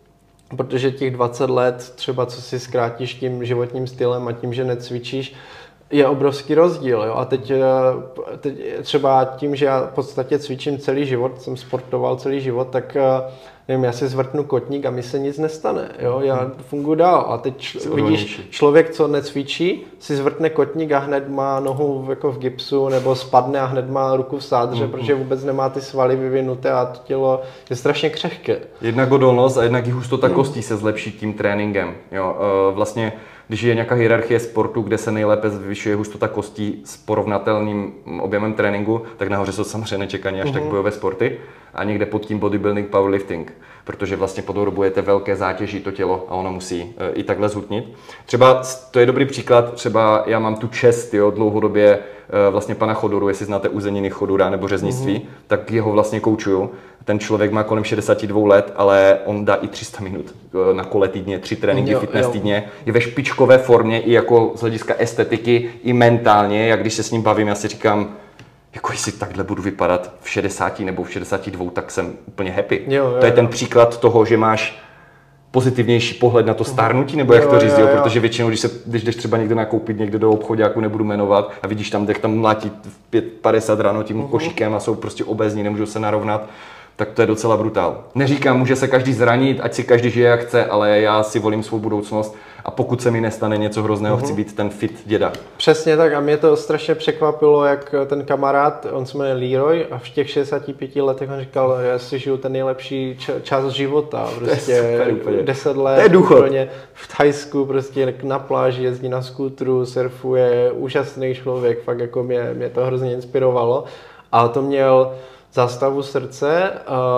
[SPEAKER 2] protože těch dvacet let třeba, co si zkrátíš tím životním stylem a tím, že necvičíš, je obrovský rozdíl. Jo? A teď, teď třeba tím, že já v podstatě cvičím celý život, jsem sportoval celý život, tak nevím, já si zvrtnu kotník a mi se nic nestane. Jo? Já funguji dál. A teď čl- vidíš, člověk, co necvičí, si zvrtne kotník a hned má nohu jako v gipsu, nebo spadne a hned má ruku v sádře, mm-hmm. protože vůbec nemá ty svaly vyvinuté a to tělo je strašně křehké.
[SPEAKER 1] Jednak odolnost a jednak i hustota mm. kostí se zlepší tím tréninkem. Jo? Vlastně když je nějaká hierarchie sportu, kde se nejlépe zvyšuje hustota kostí s porovnatelným objemem tréninku, tak nahoře jsou samozřejmě nečekaně až mm-hmm. tak bojové sporty a někde pod tím bodybuilding, powerlifting, protože vlastně podobujete velké zátěží to tělo a ono musí e, i takhle zhutnit. Třeba to je dobrý příklad, třeba já mám tu čest jo, dlouhodobě e, vlastně pana Chodoru, jestli znáte uzeniny Chodura nebo řeznictví, mm-hmm. tak jeho vlastně koučuju. Ten člověk má kolem šedesát dva let, ale on dá i tři sta minut na kole týdně, tři tréninky, jo, fitness jo. týdně. Je ve špičkové formě i jako z hlediska estetiky, i mentálně. Jak když se s ním bavím, já si říkám, jako jestli takhle budu vypadat v šedesáti nebo v šedesáti dvou, tak jsem úplně happy. Jo, jo, to je jo. ten příklad toho, že máš pozitivnější pohled na to stárnutí, nebo jak jo, to říct, jo, jo. protože většinou, když, se, když jdeš třeba někde nakoupit, někde do obchoďáku, nebudu jmenovat, a vidíš tam, jak tam mlátí v pět padesát ráno tím uh-huh. košíkem a jsou prostě obézní, nemůžou se narovnat, tak to je docela brutál. Neříkám, může se každý zranit, ať si každý žije jak chce, ale já si volím svou budoucnost a pokud se mi nestane něco hrozného, uh-huh. chci být ten fit děda.
[SPEAKER 2] Přesně tak a mě to strašně překvapilo, jak ten kamarád, on se jmenuje Leroy a v těch šedesáti pěti letech on říkal, já si žiju ten nejlepší č- čas života, prostě deset let, úplně v Thajsku, prostě na pláži jezdí na skútru, surfuje, úžasný člověk, fakt jako mě, mě to hrozně inspirovalo a to měl zástavu srdce,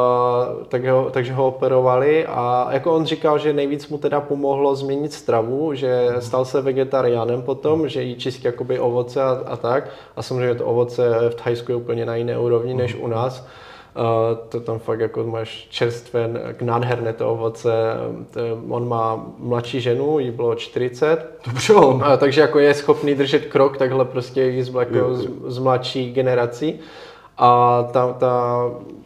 [SPEAKER 2] uh, tak ho, takže ho operovali a jako on říkal, že nejvíc mu teda pomohlo změnit stravu, že stal se vegetariánem potom, že jí čistí jakoby ovoce a, a tak a samozřejmě to ovoce v Thajsku je úplně na jiné úrovni než u nás. Uh, to tam fakt jako máš čerstvé, nádherné to ovoce, to, on má mladší ženu, jí bylo čtyřicet,
[SPEAKER 1] Dobře.
[SPEAKER 2] Uh, takže jako je schopný držet krok takhle prostě i z, jako z, z mladší generací. A ta, ta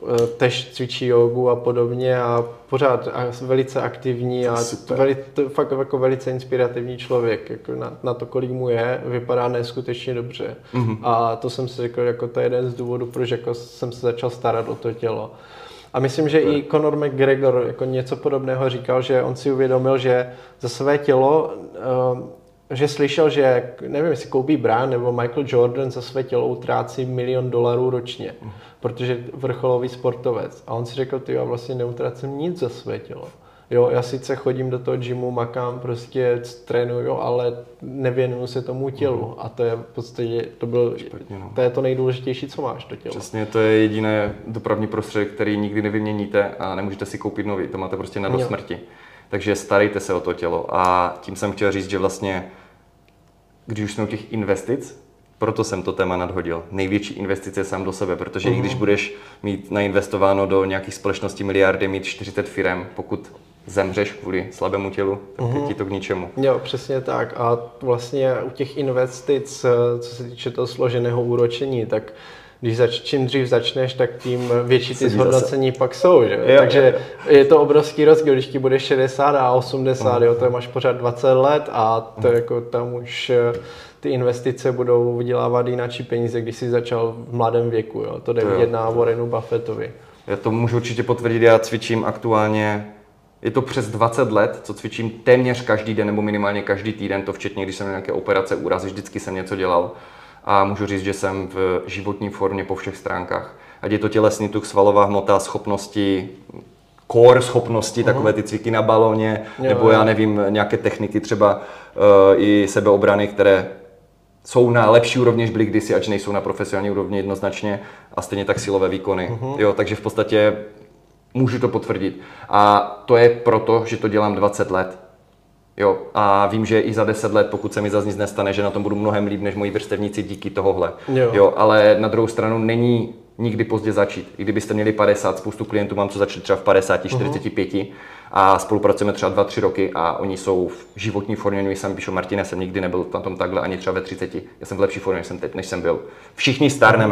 [SPEAKER 2] tež cvičí jogu a podobně a pořád a velice aktivní a veli, to, fakt jako velice inspirativní člověk. Jako na, na to, kolik mu je, vypadá neskutečně dobře. Mm-hmm. A to jsem si řekl, jako to je jeden z důvodů, proč jako jsem se začal starat o to tělo. A myslím, že i Conor McGregor jako něco podobného říkal, že on si uvědomil, že za své tělo uh, že slyšel, že, nevím, jestli Kobe Bryant nebo Michael Jordan za své tělo utrácí milion dolarů ročně, mm. protože vrcholový sportovec. A on si řekl, ty já vlastně neutrácím nic za své tělo. Jo, já sice chodím do toho gymu, makám, prostě trénuju, ale nevěnuju se tomu tělu. Mm. A to je v podstatě, to, byl, Špatně, no. to je to nejdůležitější, co máš, to tělo.
[SPEAKER 1] Přesně, to je jediné dopravní prostředek, který nikdy nevyměníte a nemůžete si koupit nový, to máte prostě na do smrti. Takže starejte se o to tělo a tím jsem chtěl říct, že vlastně, když už jsme u těch investic, proto jsem to téma nadhodil. Největší investice je sám do sebe, protože mm. i když budeš mít nainvestováno do nějakých společností miliardy, mít čtyřicet firem, pokud zemřeš kvůli slabému tělu, tak mm. je ti to k ničemu.
[SPEAKER 2] Jo, přesně tak. A vlastně u těch investic, co se týče toho složeného úročení, tak když zač, čím dřív začneš, tak tím větší ty zhodnocení zase. Pak jsou, že? Jo, takže jo, jo. Je to obrovský rozdíl, když ti bude šedesát a osmdesát, mm. jo, to máš pořád dvacet let a to mm. jako tam už ty investice budou vydělávat jináčí peníze, když jsi začal v mladém věku, jo. To jde vidět na Warrenu Buffettovi.
[SPEAKER 1] Já to můžu určitě potvrdit, já cvičím aktuálně, je to přes dvacet let, co cvičím téměř každý den nebo minimálně každý týden, to včetně, když jsem měl nějaké operace, úrazy, vždycky jsem něco dělal. A můžu říct, že jsem v životní formě po všech stránkách. Ať je to tělesný tuk, svalová hmota, schopnosti, core schopnosti, uh-huh. takové ty cviky na balóně, jo, nebo já nevím, nějaké techniky třeba uh, i sebeobrany, které jsou na lepší úrovni, než byly kdysi, ač nejsou na profesionální úrovni jednoznačně, a stejně tak silové výkony. Uh-huh. Jo, takže v podstatě můžu to potvrdit. A to je proto, že to dělám dvacet let. Jo, a vím, že i za deset let, pokud se mi zase nic nestane, že na tom budu mnohem líp než moji vrstevníci díky tohohle. Jo. Jo, ale na druhou stranu není nikdy pozdě začít. I kdybyste měli padesát, spoustu klientů mám, co začali třeba v padesáti, čtyřiceti pěti uh-huh. a spolupracujeme třeba dva tři roky a oni jsou v životní formě, oni sami píšou, Martine, jsem nikdy nebyl na tom takhle ani třeba ve třiceti. Já jsem v lepší formě, než jsem teď, než jsem byl. Všichni stárneme.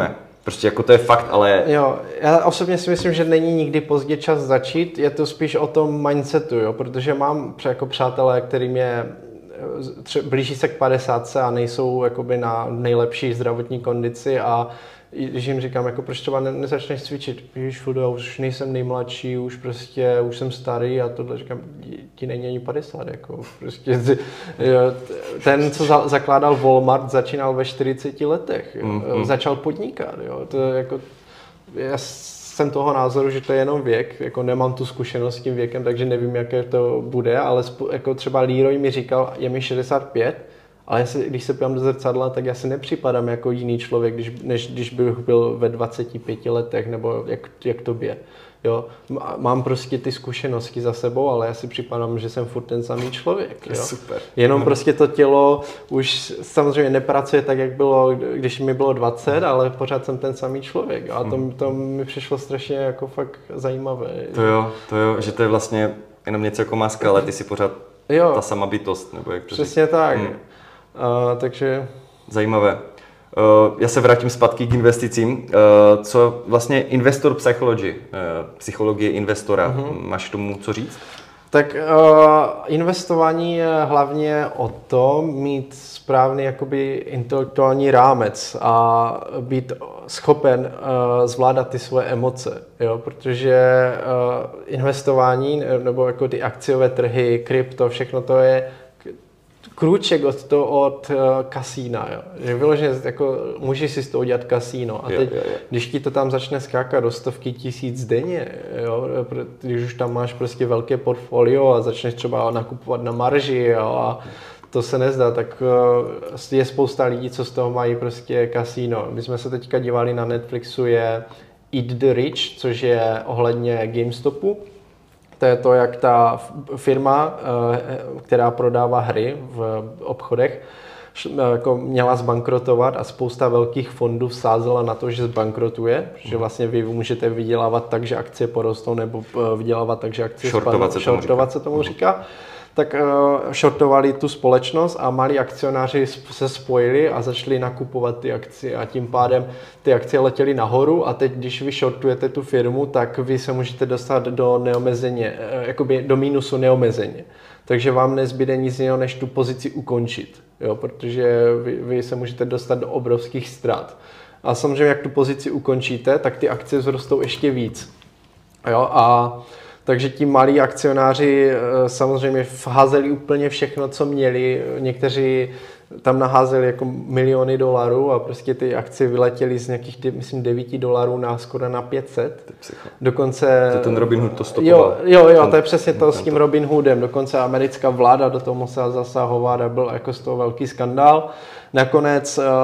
[SPEAKER 1] Prostě jako to je fakt, ale...
[SPEAKER 2] Jo, já osobně si myslím, že není nikdy pozdě čas začít, je to spíš o tom mindsetu, jo, protože mám jako přátelé, kterým je tře- blíží se k padesátce a nejsou jakoby na nejlepší zdravotní kondici a když jim říkám, jako proč třeba ne, nezačneš cvičit, víš, Fudo, už nejsem nejmladší, už prostě, už jsem starý a tohle říkám, ti není ani padesát, jako prostě, ten, co za, zakládal Walmart, začínal ve čtyřiceti letech, jo, mm-hmm. začal podnikat, jo, to jako, já jsem toho názoru, že to je jenom věk, jako nemám tu zkušenost s tím věkem, takže nevím, jaké to bude, ale jako třeba Leroy mi říkal, je mi šedesát pět, ale já si, když se půjdám do zrcadla, tak já si nepřipadám jako jiný člověk, když, než když bych byl ve dvaceti pěti letech, nebo jak, jak tobě. Jo? Mám prostě ty zkušenosti za sebou, ale já si připadám, že jsem furt ten samý člověk. Jo?
[SPEAKER 1] Super.
[SPEAKER 2] Jenom no. prostě to tělo už samozřejmě nepracuje tak, jak bylo, když mi bylo dvacet, ale pořád jsem ten samý člověk. A to, to mi přišlo strašně jako fakt zajímavé.
[SPEAKER 1] To jo, to jo, že to je vlastně jenom něco jako maska, ale ty si pořád jo. ta sama bytost. Nebo jak to
[SPEAKER 2] Přesně říct. tak. Hmm. Uh, takže...
[SPEAKER 1] Zajímavé. Uh, já se vrátím zpátky k investicím. Uh, co vlastně investor psychology, uh, psychologie investora, uh-huh. máš tomu co říct?
[SPEAKER 2] Tak uh, investování je hlavně o tom mít správný jakoby intelektuální rámec a být schopen uh, zvládat ty svoje emoce, jo? Protože uh, investování nebo jako ty akciové trhy, krypto, všechno to je krůček od toho od uh, kasína, jo. Že vyloženě jako můžeš si z toho udělat kasíno a teď, jo, jo, jo. když ti to tam začne skákat do stovky tisíc denně, jo, když už tam máš prostě velké portfolio a začneš třeba nakupovat na marži, jo, a to se nezdá, tak uh, je spousta lidí, co z toho mají prostě kasíno. My jsme se teďka dívali na Netflixu, je Eat the Rich, což je ohledně GameStopu. To je to, jak ta firma, která prodává hry v obchodech, jako měla zbankrotovat a spousta velkých fondů vsázela na to, že zbankrotuje, že vlastně vy můžete vydělávat tak, že akcie porostou, nebo vydělávat tak, že akcie
[SPEAKER 1] spadnou.
[SPEAKER 2] Shortovat se tomu říká. Tak uh, shortovali tu společnost a malí akcionáři se spojili a začali nakupovat ty akcie a tím pádem ty akcie letěly nahoru a teď, když vy shortujete tu firmu, tak vy se můžete dostat do neomezeně, uh, jakoby do mínusu neomezeně. Takže vám nezbyde nic jiného, než tu pozici ukončit, jo? Protože vy, vy se můžete dostat do obrovských ztrát. A samozřejmě, jak tu pozici ukončíte, tak ty akcie vzrostou ještě víc. Jo? A takže ti malí akcionáři samozřejmě vházeli úplně všechno, co měli. Někteří tam naházeli jako miliony dolarů a prostě ty akcie vyletěly z nějakých, myslím, devět dolarů na skoro na pět set. Dokonce...
[SPEAKER 1] To ten Robin Hood to stopoval.
[SPEAKER 2] Jo, jo, jo, to je přesně to s tím Robin Hoodem. Dokonce americká vláda do toho musela zasahovat a byl jako z toho velký skandál. Nakonec uh,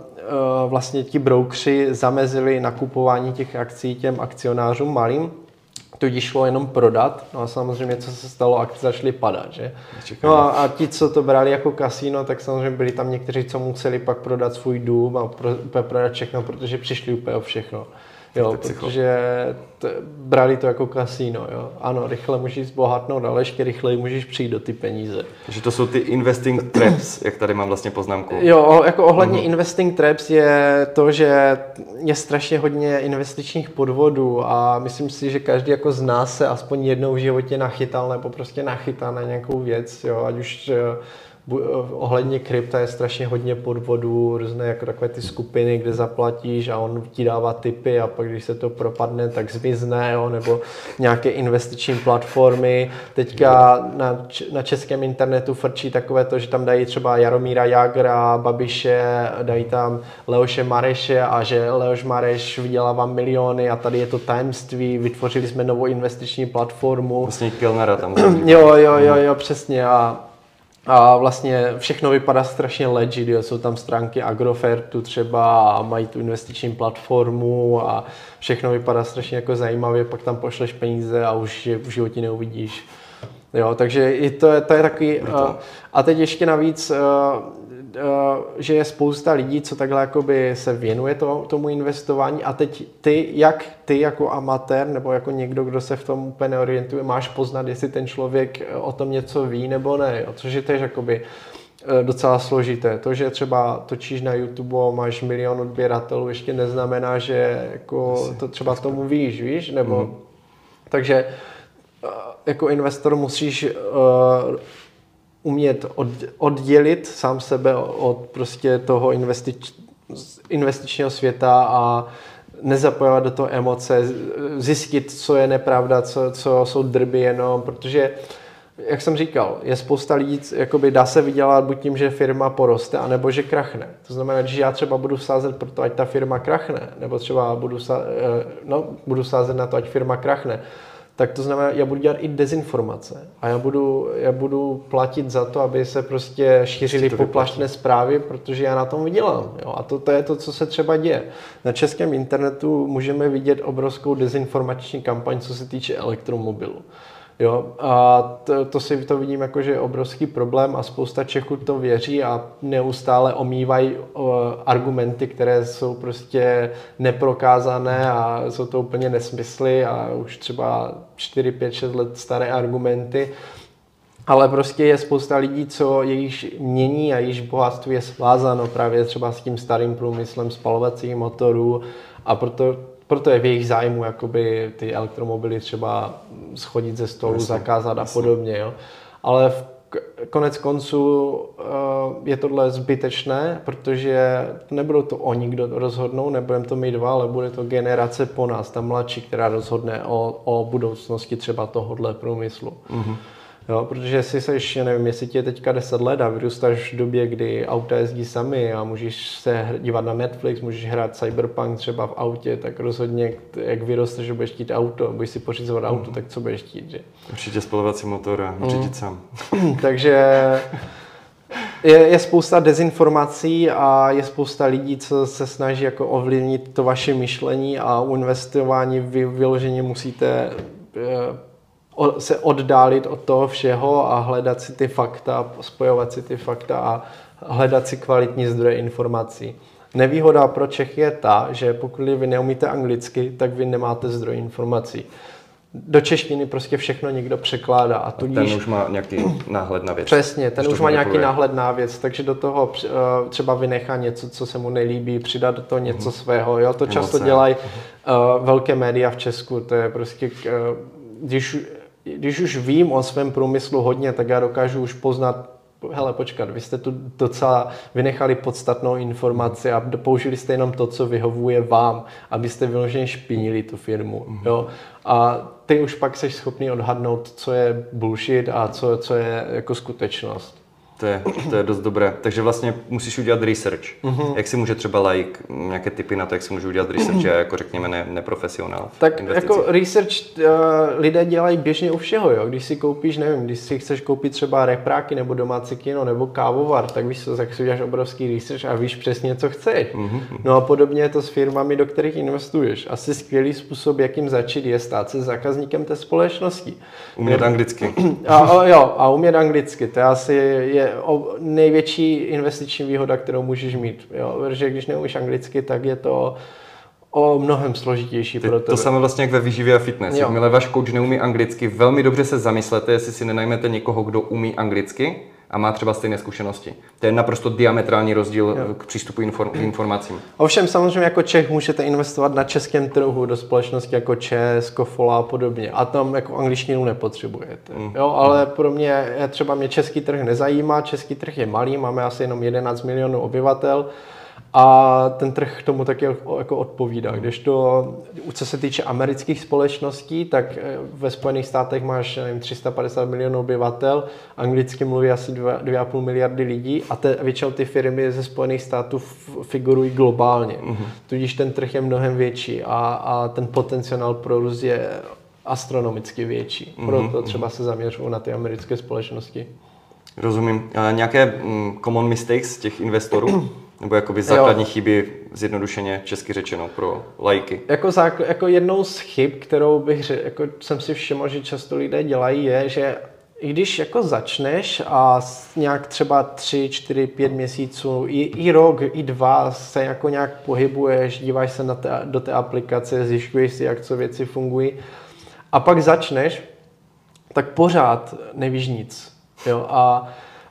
[SPEAKER 2] uh, vlastně ti broukři zamezili nakupování těch akcí těm akcionářům malým. Tudíž šlo jenom prodat, no a samozřejmě, co se stalo, akcie začaly padat, že? No a, a ti, co to brali jako kasíno, tak samozřejmě byli tam někteří, co museli pak prodat svůj dům a pro, úplně prodat všechno, protože přišli úplně o všechno. Jo, protože t- brali to jako kasíno, jo. Ano, rychle můžeš zbohatnout, ale ještě rychleji můžeš přijít do ty peníze.
[SPEAKER 1] Takže to jsou ty investing traps, jak tady mám vlastně poznámku.
[SPEAKER 2] Jo, jako ohledně mm-hmm. investing traps je to, že je strašně hodně investičních podvodů a myslím si, že každý jako z nás se aspoň jednou v životě nachytal nebo prostě nachytá na nějakou věc, jo, ať už ohledně krypta je strašně hodně podvodů, různé jako takové ty skupiny, kde zaplatíš a on ti dává tipy a pak když se to propadne, tak zmizne, jo, nebo nějaké investiční platformy. Teďka na, na českém internetu frčí takové to, že tam dají třeba Jaromíra Jágra, Babiše, dají tam Leoše Mareše a že Leoš Mareš vydělává miliony a tady je to tajemství, vytvořili jsme novou investiční platformu.
[SPEAKER 1] Vlastně Kellnera tam.
[SPEAKER 2] Jo, jo, jo, jo, přesně a A vlastně všechno vypadá strašně legit, jo. Jsou tam stránky Agrofertu třeba a mají tu investiční platformu a všechno vypadá strašně jako zajímavě, pak tam pošleš peníze a už je v životě neuvidíš. Jo, takže i to, je, to je takový... Uh, a teď ještě navíc, uh, uh, že je spousta lidí, co takhle jakoby se věnuje to, tomu investování a teď ty, jak ty jako amatér nebo jako někdo, kdo se v tom úplně neorientuje, máš poznat, jestli ten člověk o tom něco ví nebo ne, jo? Což je tež jakoby docela složité. To, že třeba točíš na YouTube a máš milion odběratelů, ještě neznamená, že jako to třeba tomu víš, víš? Nebo, mm. Takže jako investor musíš uh, umět od, oddělit sám sebe od prostě toho investič, investičního světa a nezapojovat do toho emoce, zjistit, co je nepravda, co, co jsou drby jenom, protože jak jsem říkal, je spousta lidí, jakoby dá se vydělat buď tím, že firma poroste, anebo že krachne. To znamená, že já třeba budu sázet pro to, ať ta firma krachne, nebo třeba budu, sa, no, budu sázet na to, ať firma krachne, tak to znamená, já budu dělat i dezinformace a já budu, já budu platit za to, aby se prostě šířily poplašné zprávy, protože já na tom vydělám. Jo? A to, to je to, co se třeba děje. Na českém internetu můžeme vidět obrovskou dezinformační kampaň, co se týče elektromobilu. Jo, a to, to si to vidím jako, že je obrovský problém a spousta Čechů to věří a neustále omývají uh, argumenty, které jsou prostě neprokázané a jsou to úplně nesmysly a už třeba čtyři, pět, šest let staré argumenty. Ale prostě je spousta lidí, co jejíž mění a jejíž bohatství je svázáno právě třeba s tím starým průmyslem spalovacích motorů a proto Proto je v jejich zájmu jakoby ty elektromobily třeba schodit ze stolu, jasně, zakázat a jasně. podobně. Jo. Ale v konec konců je tohle zbytečné, protože nebudou to oni, kdo rozhodnou, nebudeme to my dva, ale bude to generace po nás, ta mladší, která rozhodne o, o budoucnosti třeba tohohle průmyslu. Mm-hmm. Jo, protože si seš, nevím, jestli ti je teďka deset let a vyrůstáš v době, kdy auta jezdí sami a můžeš se dívat na Netflix, můžeš hrát Cyberpunk třeba v autě, tak rozhodně, jak vyrosteš, že budeš chtít auto, budeš si pořizovat mm. auto, tak co budeš chtít, že?
[SPEAKER 1] Určitě spalovací motor a mm. řídit sám.
[SPEAKER 2] Takže je, je spousta dezinformací a je spousta lidí, co se snaží jako ovlivnit to vaše myšlení a u investování vy vyloženě musíte se oddálit od toho všeho a hledat si ty fakta, spojovat si ty fakta a hledat si kvalitní zdroje informací. Nevýhoda pro Čechy je ta, že pokud vy neumíte anglicky, tak vy nemáte zdroj informací. Do češtiny prostě všechno někdo překládá. A tudíž,
[SPEAKER 1] ten už má nějaký náhled na věc.
[SPEAKER 2] Přesně, ten už má nějaký náhled na věc, takže do toho třeba vynechá něco, co se mu nelíbí, přidat do toho něco mm. svého. Jo? To často dělají uh, velké média v Česku. To je prostě, uh, když Když už vím o svém průmyslu hodně, tak já dokážu už poznat, hele, počkat, vy jste tu docela vynechali podstatnou informaci a použili jste jenom to, co vyhovuje vám, abyste vyloženě špinili tu firmu. Mm-hmm. Jo? A ty už pak jsi schopný odhadnout, co je bullshit a co, co je jako skutečnost.
[SPEAKER 1] To je, to je dost dobré. Takže vlastně musíš udělat research. Mm-hmm. Jak si může třeba like, nějaké tipy na to, jak si může udělat research, mm-hmm. jako řekněme ne, neprofesionál.
[SPEAKER 2] Tak investici. Jako research uh, lidé dělají běžně u všeho. Jo? Když si koupíš, nevím, když si chceš koupit třeba repráky nebo domácí kino nebo kávovar, tak víš, tak si uděláš obrovský research a víš přesně, co chceš. Mm-hmm. No a podobně je to s firmami, do kterých investuješ. Asi skvělý způsob, jakým začít, je stát se zákazníkem té společnosti.
[SPEAKER 1] Umět anglicky.
[SPEAKER 2] A, a, jo, a umět anglicky. To je asi je největší investiční výhoda, kterou můžeš mít. Jo? Protože když neumíš anglicky, tak je to o mnohem složitější
[SPEAKER 1] Ty,
[SPEAKER 2] pro tebe.
[SPEAKER 1] To samé vlastně jak ve výživě a fitness. Jakmile váš coach neumí anglicky, velmi dobře se zamyslete, jestli si nenajmete někoho, kdo umí anglicky a má třeba stejné zkušenosti. To je naprosto diametrální rozdíl jo. k přístupu inform- k informacím.
[SPEAKER 2] Ovšem samozřejmě jako Čech můžete investovat na českém trhu do společnosti jako ČEZ, Kofola a podobně. A tam jako angličtinu nepotřebujete. Mm. Jo, ale pro mě třeba mě český trh nezajímá. Český trh je malý, máme asi jenom jedenáct milionů obyvatel. A ten trh k tomu taky jako odpovídá. Kdežto, co se týče amerických společností, tak ve Spojených státech máš nevím, tři sta padesát milionů obyvatel, anglicky mluví asi dvě a půl miliardy lidí a te, většinou ty firmy ze Spojených států figurují globálně. Mm-hmm. Tudíž ten trh je mnohem větší a, a ten potenciál pro růst je astronomicky větší. Mm-hmm. Proto třeba se zaměřují na ty americké společnosti.
[SPEAKER 1] Rozumím. A nějaké mm, common mistakes těch investorů? Nebo jakoby základní jo. chyby, zjednodušeně česky řečeno, pro laiky.
[SPEAKER 2] Jako, zákl- jako jednou z chyb, kterou bych řek, jako jsem si všiml, že často lidé dělají, je, že i když jako začneš a nějak třeba tři, čtyři, pět měsíců, i, i rok, i dva se jako nějak pohybuješ, díváš se na te, do té aplikace, zjišťuješ si, jak co věci fungují a pak začneš, tak pořád nevíš nic. Jo? A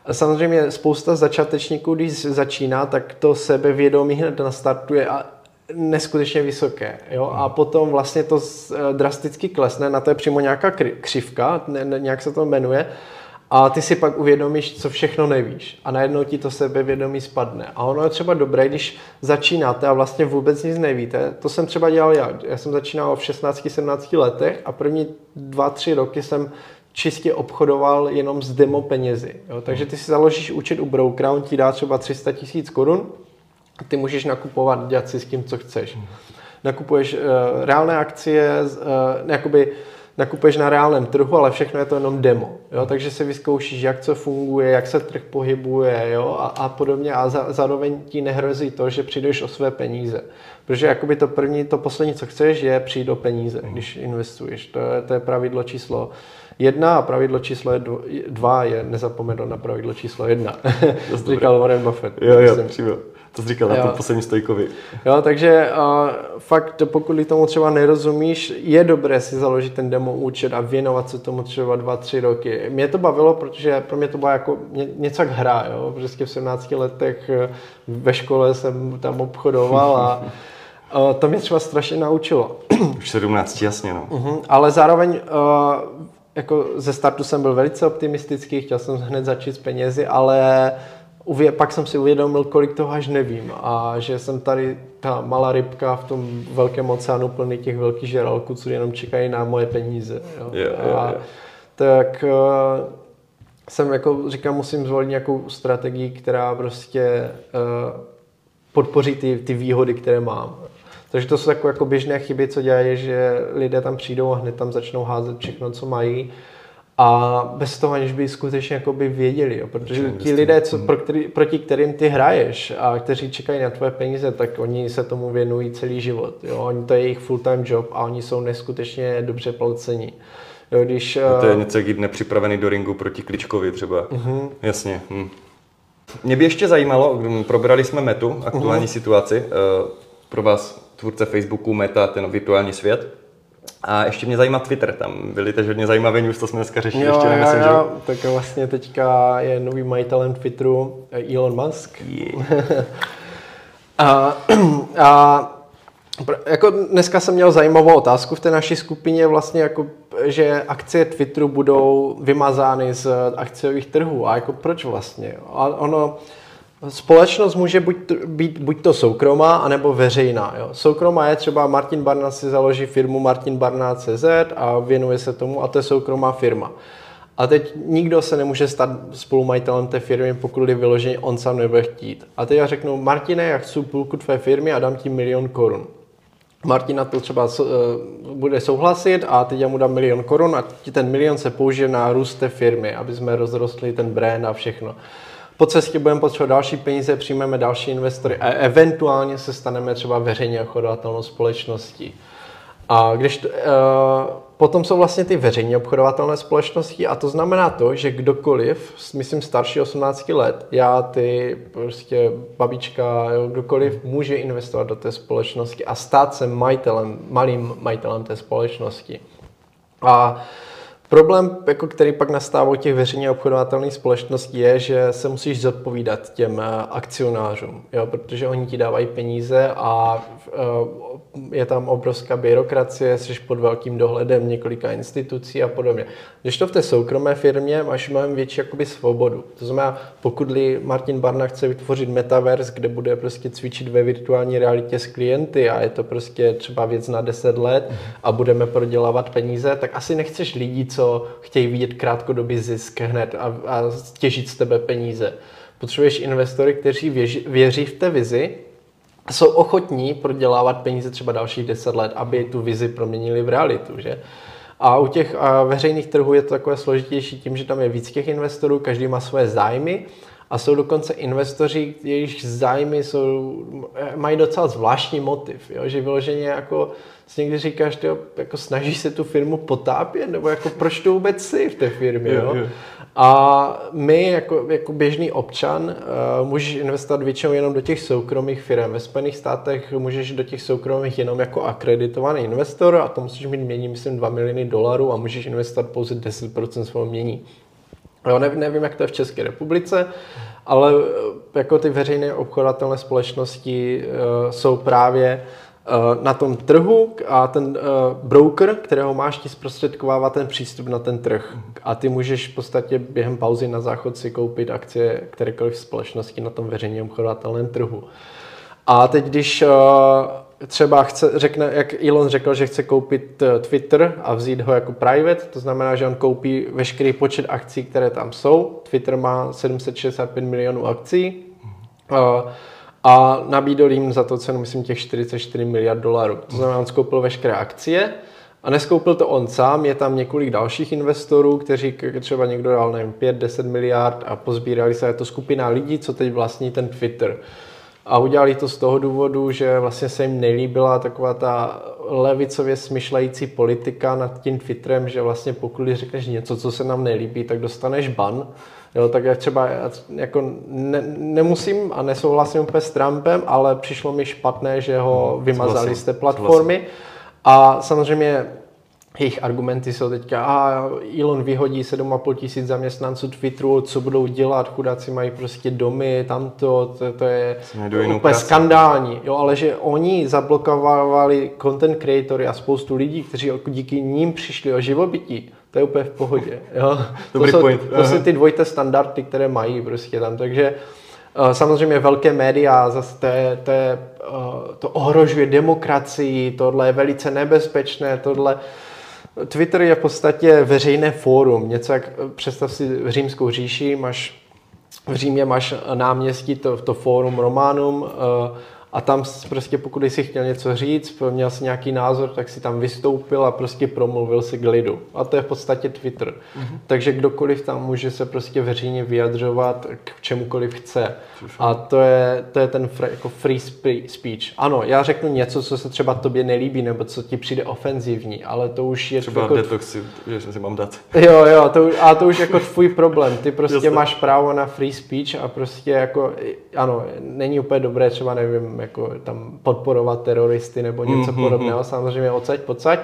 [SPEAKER 2] Samozřejmě spousta začátečníků, když začíná, tak to sebevědomí hned nastartuje a neskutečně vysoké. Jo? A potom vlastně to drasticky klesne, na to je přímo nějaká křivka, ne, ne, nějak se to jmenuje, a ty si pak uvědomíš, co všechno nevíš. A najednou ti to sebevědomí spadne. A ono je třeba dobré, když začínáte a vlastně vůbec nic nevíte. To jsem třeba dělal já. Já jsem začínal v šestnácti sedmnácti letech a první dva, tři roky jsem čistě obchodoval jenom s demo penězi. Jo? Takže ty si založíš účet u brokera, on ti dá třeba tři sta tisíc korun a ty můžeš nakupovat, dělat si s tím, co chceš. Nakupuješ uh, reálné akcie, uh, jakoby nakupuješ na reálném trhu, ale všechno je to jenom demo. Jo? Takže si vyzkoušíš, jak co funguje, jak se trh pohybuje, jo? A, a podobně. A za, zároveň ti nehrozí to, že přijdeš o své peníze. Protože jakoby to první, to poslední, co chceš, je přijít o peníze, když investuješ. To je, to je pravidlo číslo jedna a pravidlo číslo dva je nezapomenout na pravidlo číslo jedna. To říkal Warren Buffett.
[SPEAKER 1] Jo, jo, přímo. To jsi říkal na tom posledním stojkovi.
[SPEAKER 2] Jo, takže uh, fakt, pokud tomu třeba nerozumíš, je dobré si založit ten demo účet a věnovat se tomu třeba dva, tři roky. Mě to bavilo, protože pro mě to byla jako ně, něco jak hra, jo. Prostě v sedmnácti letech ve škole jsem tam obchodoval a uh, to mě třeba strašně naučilo.
[SPEAKER 1] Už sedmnáct, jasně, no.
[SPEAKER 2] Uh-huh, ale zároveň uh, jako ze startu jsem byl velice optimistický, chtěl jsem hned začít s penězi, ale Uvě, pak jsem si uvědomil, kolik toho až nevím a že jsem tady ta malá rybka v tom velkém oceánu plný těch velkých žraloků, co jenom čekají na moje peníze. Jo.
[SPEAKER 1] Yeah, yeah,
[SPEAKER 2] a
[SPEAKER 1] yeah.
[SPEAKER 2] tak uh, jsem jako říkám, musím zvolit nějakou strategii, která prostě uh, podpoří ty, ty výhody, které mám. Takže to jsou takové jako běžné chyby, co dělají, že lidé tam přijdou a hned tam začnou házet všechno, co mají. A bez toho, aniž by skutečně jakoby věděli, jo? Protože ti lidé, co, pro který, proti kterým ty hraješ a kteří čekají na tvoje peníze, tak oni se tomu věnují celý život. Jo? Oni, to je jejich full-time job a oni jsou neskutečně dobře placení. Jo, když,
[SPEAKER 1] no to je něco, jak jít nepřipravený do ringu proti Kličkovi třeba. Uh-huh. Jasně. Hm. Mě by ještě zajímalo, probrali jsme Metu, aktuální uh-huh. situaci. Pro vás, tvůrce Facebooku, Meta, ten virtuální svět. A ještě mě zajímá Twitter, tam byly tež hodně zajímavé news, to jsme dneska řešili
[SPEAKER 2] jo,
[SPEAKER 1] ještě na Messengeru. Jo,
[SPEAKER 2] tak vlastně teďka je nový majitelem Twitteru Elon Musk. Yeah. a, a jako dneska jsem měl zajímavou otázku v té naší skupině, vlastně jako, že akcie Twitteru budou vymazány z akciových trhů a jako proč vlastně? A ono, společnost může buď, být buď to soukromá, anebo veřejná. Jo. Soukromá je třeba Martin Barna si založí firmu Martin Barna tečka cé zet a věnuje se tomu a to je soukromá firma. A teď nikdo se nemůže stát spolumajitelem té firmy, pokud je vyložený on sám nebude chtít. A teď já řeknu, Martine, já chci půlku tvé firmy a dám ti milion korun. Martin na to třeba uh, bude souhlasit a teď já mu dám milion korun a ten milion se použije na růst té firmy, aby jsme rozrostli ten brand a všechno. Po cestě budeme potřebovat další peníze, přijmeme další investory a eventuálně se staneme třeba veřejně obchodovatelnou společností. A když to, uh, potom jsou vlastně ty veřejně obchodovatelné společnosti a to znamená to, že kdokoliv, myslím starší osmnácti let, já, ty, prostě babička, jo, kdokoliv může investovat do té společnosti a stát se majitelem, malým majitelem té společnosti. A problém, jako který pak nastává u těch veřejně obchodovatelných společností, je, že se musíš zodpovídat těm akcionářům, jo, protože oni ti dávají peníze a je tam obrovská byrokracie, jsi pod velkým dohledem několika institucí a podobně. Když to v té soukromé firmě máš mnohem větší jakoby svobodu. To znamená, pokud Martin Barna chce vytvořit metaverse, kde bude prostě cvičit ve virtuální realitě s klienty a je to prostě třeba věc na deset let a budeme prodělávat peníze, tak asi nechceš lidi, co chtějí vidět krátkodobý zisk hned a, a těžit z tebe peníze. Potřebuješ investory, kteří věří, věří v té vizi, jsou ochotní prodělávat peníze třeba dalších deset let, aby tu vizi proměnili v realitu, že? A u těch a veřejných trhů je to takové složitější tím, že tam je víc těch investorů, každý má svoje zájmy a jsou dokonce investoři, jejichž zájmy jsou, mají docela zvláštní motiv, jo? Že vyloženě jako někdy říkáš, tyjo, jako snažíš se tu firmu potápět, nebo jako proč to vůbec jsi v té firmě, jo? A my jako, jako běžný občan uh, můžeš investovat většinou jenom do těch soukromých firm. Ve Spojených státech můžeš do těch soukromých jenom jako akreditovaný investor a to musíš mít mění, myslím, dva miliony dolarů a můžeš investovat pouze deset procent svého mění. Jo, ne, nevím, jak to je v České republice, ale jako ty veřejné obchodovatelné společnosti uh, jsou právě uh, na tom trhu a ten uh, broker, kterého máš, ti zprostředkovává ten přístup na ten trh. A ty můžeš v podstatě během pauzy na záchod si koupit akcie kterékoliv společnosti na tom veřejně obchodovatelném trhu. A teď, když uh, třeba chce, řekne, jak Elon řekl, že chce koupit Twitter a vzít ho jako private, to znamená, že on koupí veškerý počet akcí, které tam jsou. Twitter má sedm set šedesát pět milionů akcí uh, a nabídl jim za to cenu, myslím, těch čtyřicet čtyři miliard dolarů. To znamená, on skoupil veškeré akcie a neskoupil to on sám, je tam několik dalších investorů, kteří třeba někdo dal, nevím, pět deset miliard a pozbírali se, je to skupina lidí, co teď vlastní ten Twitter. A udělali to z toho důvodu, že vlastně se jim nelíbila taková ta levicově smyšlející politika nad tím Twitterem, že vlastně pokud řekneš něco, co se nám nelíbí, tak dostaneš ban. Jo, tak já třeba jako ne, nemusím a nesouhlasím úplně s Trumpem, ale přišlo mi špatné, že ho vymazali z té platformy. A samozřejmě jejich argumenty jsou teďka, a Elon vyhodí sedm a půl tisíc zaměstnanců Twitteru, co budou dělat, chudáci mají prostě domy, tamto, to, to je úplně skandální. Jo, ale že oni zablokovali content creatory a spoustu lidí, kteří díky ním přišli o živobytí, to je úplně v pohodě. Jo. To jsou, to jsou ty dvojité standardy, které mají prostě tam, takže samozřejmě velké média, zase to, je, to, je, to ohrožuje demokracii, tohle je velice nebezpečné, tohle. Twitter je v podstatě veřejné fórum, něco jak, představ si římskou říši, máš, v Římě máš náměstí, to, to fórum Romanum, a tam prostě pokud jsi chtěl něco říct, měl jsi nějaký názor, tak si tam vystoupil a prostě promluvil si k lidu. A to je v podstatě Twitter. Mm-hmm. Takže kdokoliv tam může se prostě veřejně vyjadřovat k čemukoliv chce. A to je, to je ten free, jako free speech. Ano, já řeknu něco, co se třeba tobě nelíbí, nebo co ti přijde ofenzivní, ale to už je...
[SPEAKER 1] Třeba
[SPEAKER 2] jako...
[SPEAKER 1] detoxy, že si mám dát.
[SPEAKER 2] Jo, jo, to, a to už jako tvůj problém. Ty prostě Jasne. máš právo na free speech a prostě jako, ano, není úplně dobré třeba, nevím, jako tam podporovat teroristy nebo něco mm-hmm. podobného, samozřejmě odsaď, pocať,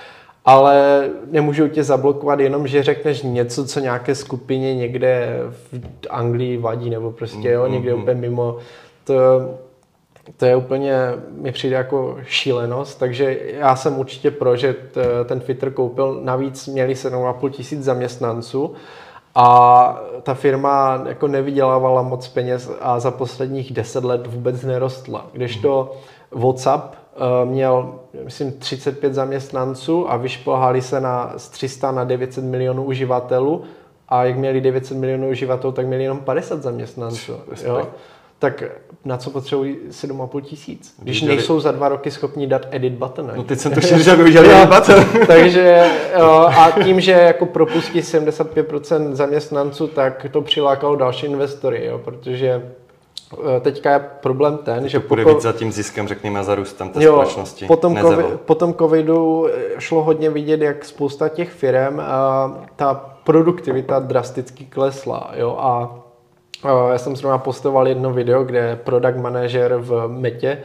[SPEAKER 2] ale nemůžou tě zablokovat jenom, že řekneš něco, co nějaké skupině někde v Anglii vadí, nebo prostě jo, někde mm-hmm. úplně mimo. To, to je úplně, mi přijde jako šílenost, takže já jsem určitě pro, že t, ten Twitter koupil, navíc měli sedm a půl tisíc zaměstnanců, a ta firma jako nevydělávala moc peněz a za posledních deset let vůbec nerostla. Kdežto WhatsApp uh, měl, myslím, třicet pět zaměstnanců a vyšplhali se na, z tři sta na devět set milionů uživatelů a jak měli devět set milionů uživatelů, tak měli jenom padesát zaměstnanců. Jo? Tak na co potřebují sedm a půl tisíc? Když dělali... nejsou za dva roky schopni dát edit button.
[SPEAKER 1] No teď jsem to chtěl, že aby udělali edit button.
[SPEAKER 2] Takže jo, a tím, že jako propustí sedmdesát pět procent zaměstnanců, tak to přilákalo další investory, jo, protože teďka je problém ten,
[SPEAKER 1] to
[SPEAKER 2] že
[SPEAKER 1] bude víc za tím ziskem, řekněme, za růstem té jo, společnosti.
[SPEAKER 2] Po tom, COVID, po tom covidu šlo hodně vidět, jak spousta těch firm, ta produktivita drasticky klesla, jo, a já jsem zrovna postoval jedno video, kde product manažer v Metě,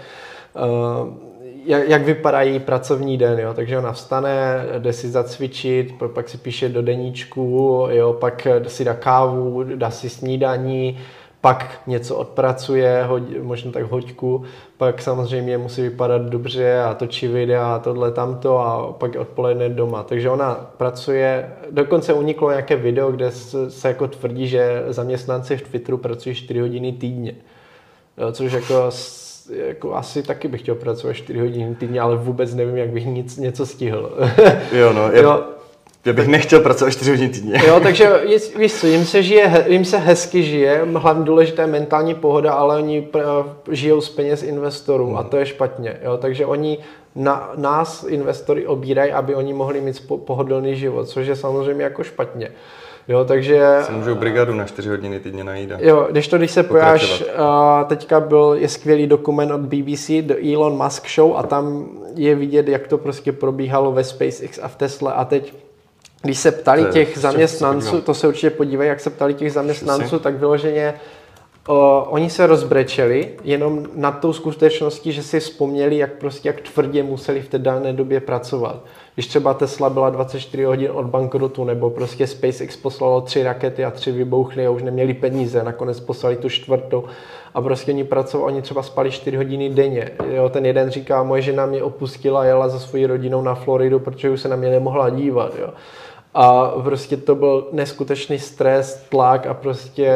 [SPEAKER 2] jak, jak vypadá její pracovní den, jo? Takže ona vstane, jde si zacvičit, pak si píše do deníčku, jo? Pak si dá kávu, dá si snídaní, pak něco odpracuje, možná tak hoďku, pak samozřejmě musí vypadat dobře a točí videa a tohle tamto a pak odpoledne doma. Takže ona pracuje, dokonce uniklo nějaké video, kde se jako tvrdí, že zaměstnanci v Twitteru pracují čtyři hodiny týdně. Jo, což jako, jako asi taky bych chtěl pracovat čtyři hodiny týdně, ale vůbec nevím, jak bych nic, něco stihl.
[SPEAKER 1] Jo, no, je... jo. Já bych nechtěl pracovat čtyři hodiny týdně.
[SPEAKER 2] Jo, takže víš co, jim se, žije, jim se hezky žije, hlavně důležité je mentální pohoda, ale oni žijou z peněz investorů hmm. a to je špatně. Jo, takže oni na, nás, investory, obírají, aby oni mohli mít pohodlný život, což je samozřejmě jako špatně. Jo, takže...
[SPEAKER 1] Si můžou brigádu na čtyři hodiny týdně najít.
[SPEAKER 2] Jo, když to, když se pojáš, teďka byl, je skvělý dokument od B B C, The Elon Musk Show, a tam je vidět, jak to prostě probíhalo ve SpaceX a v Tesla a teď když se ptali těch zaměstnanců, to se určitě podívej, jak se ptali těch zaměstnanců, tak vyloženě o, oni se rozbrečeli jenom nad tou skutečností, že si vzpomněli, jak prostě jak tvrdě museli v té dané době pracovat. Když třeba Tesla byla dvacet čtyři hodin od bankrotu, nebo prostě SpaceX poslalo tři rakety a tři vybouchly a už neměli peníze, nakonec poslali tu čtvrtou a prostě oni pracovali, oni třeba spali čtyři hodiny denně. Jo, ten jeden říká, moje žena mě opustila a jela za svojí rodinou na Floridu, protože už se na mě nemohla dívat. Jo. A prostě to byl neskutečný stres, tlak a prostě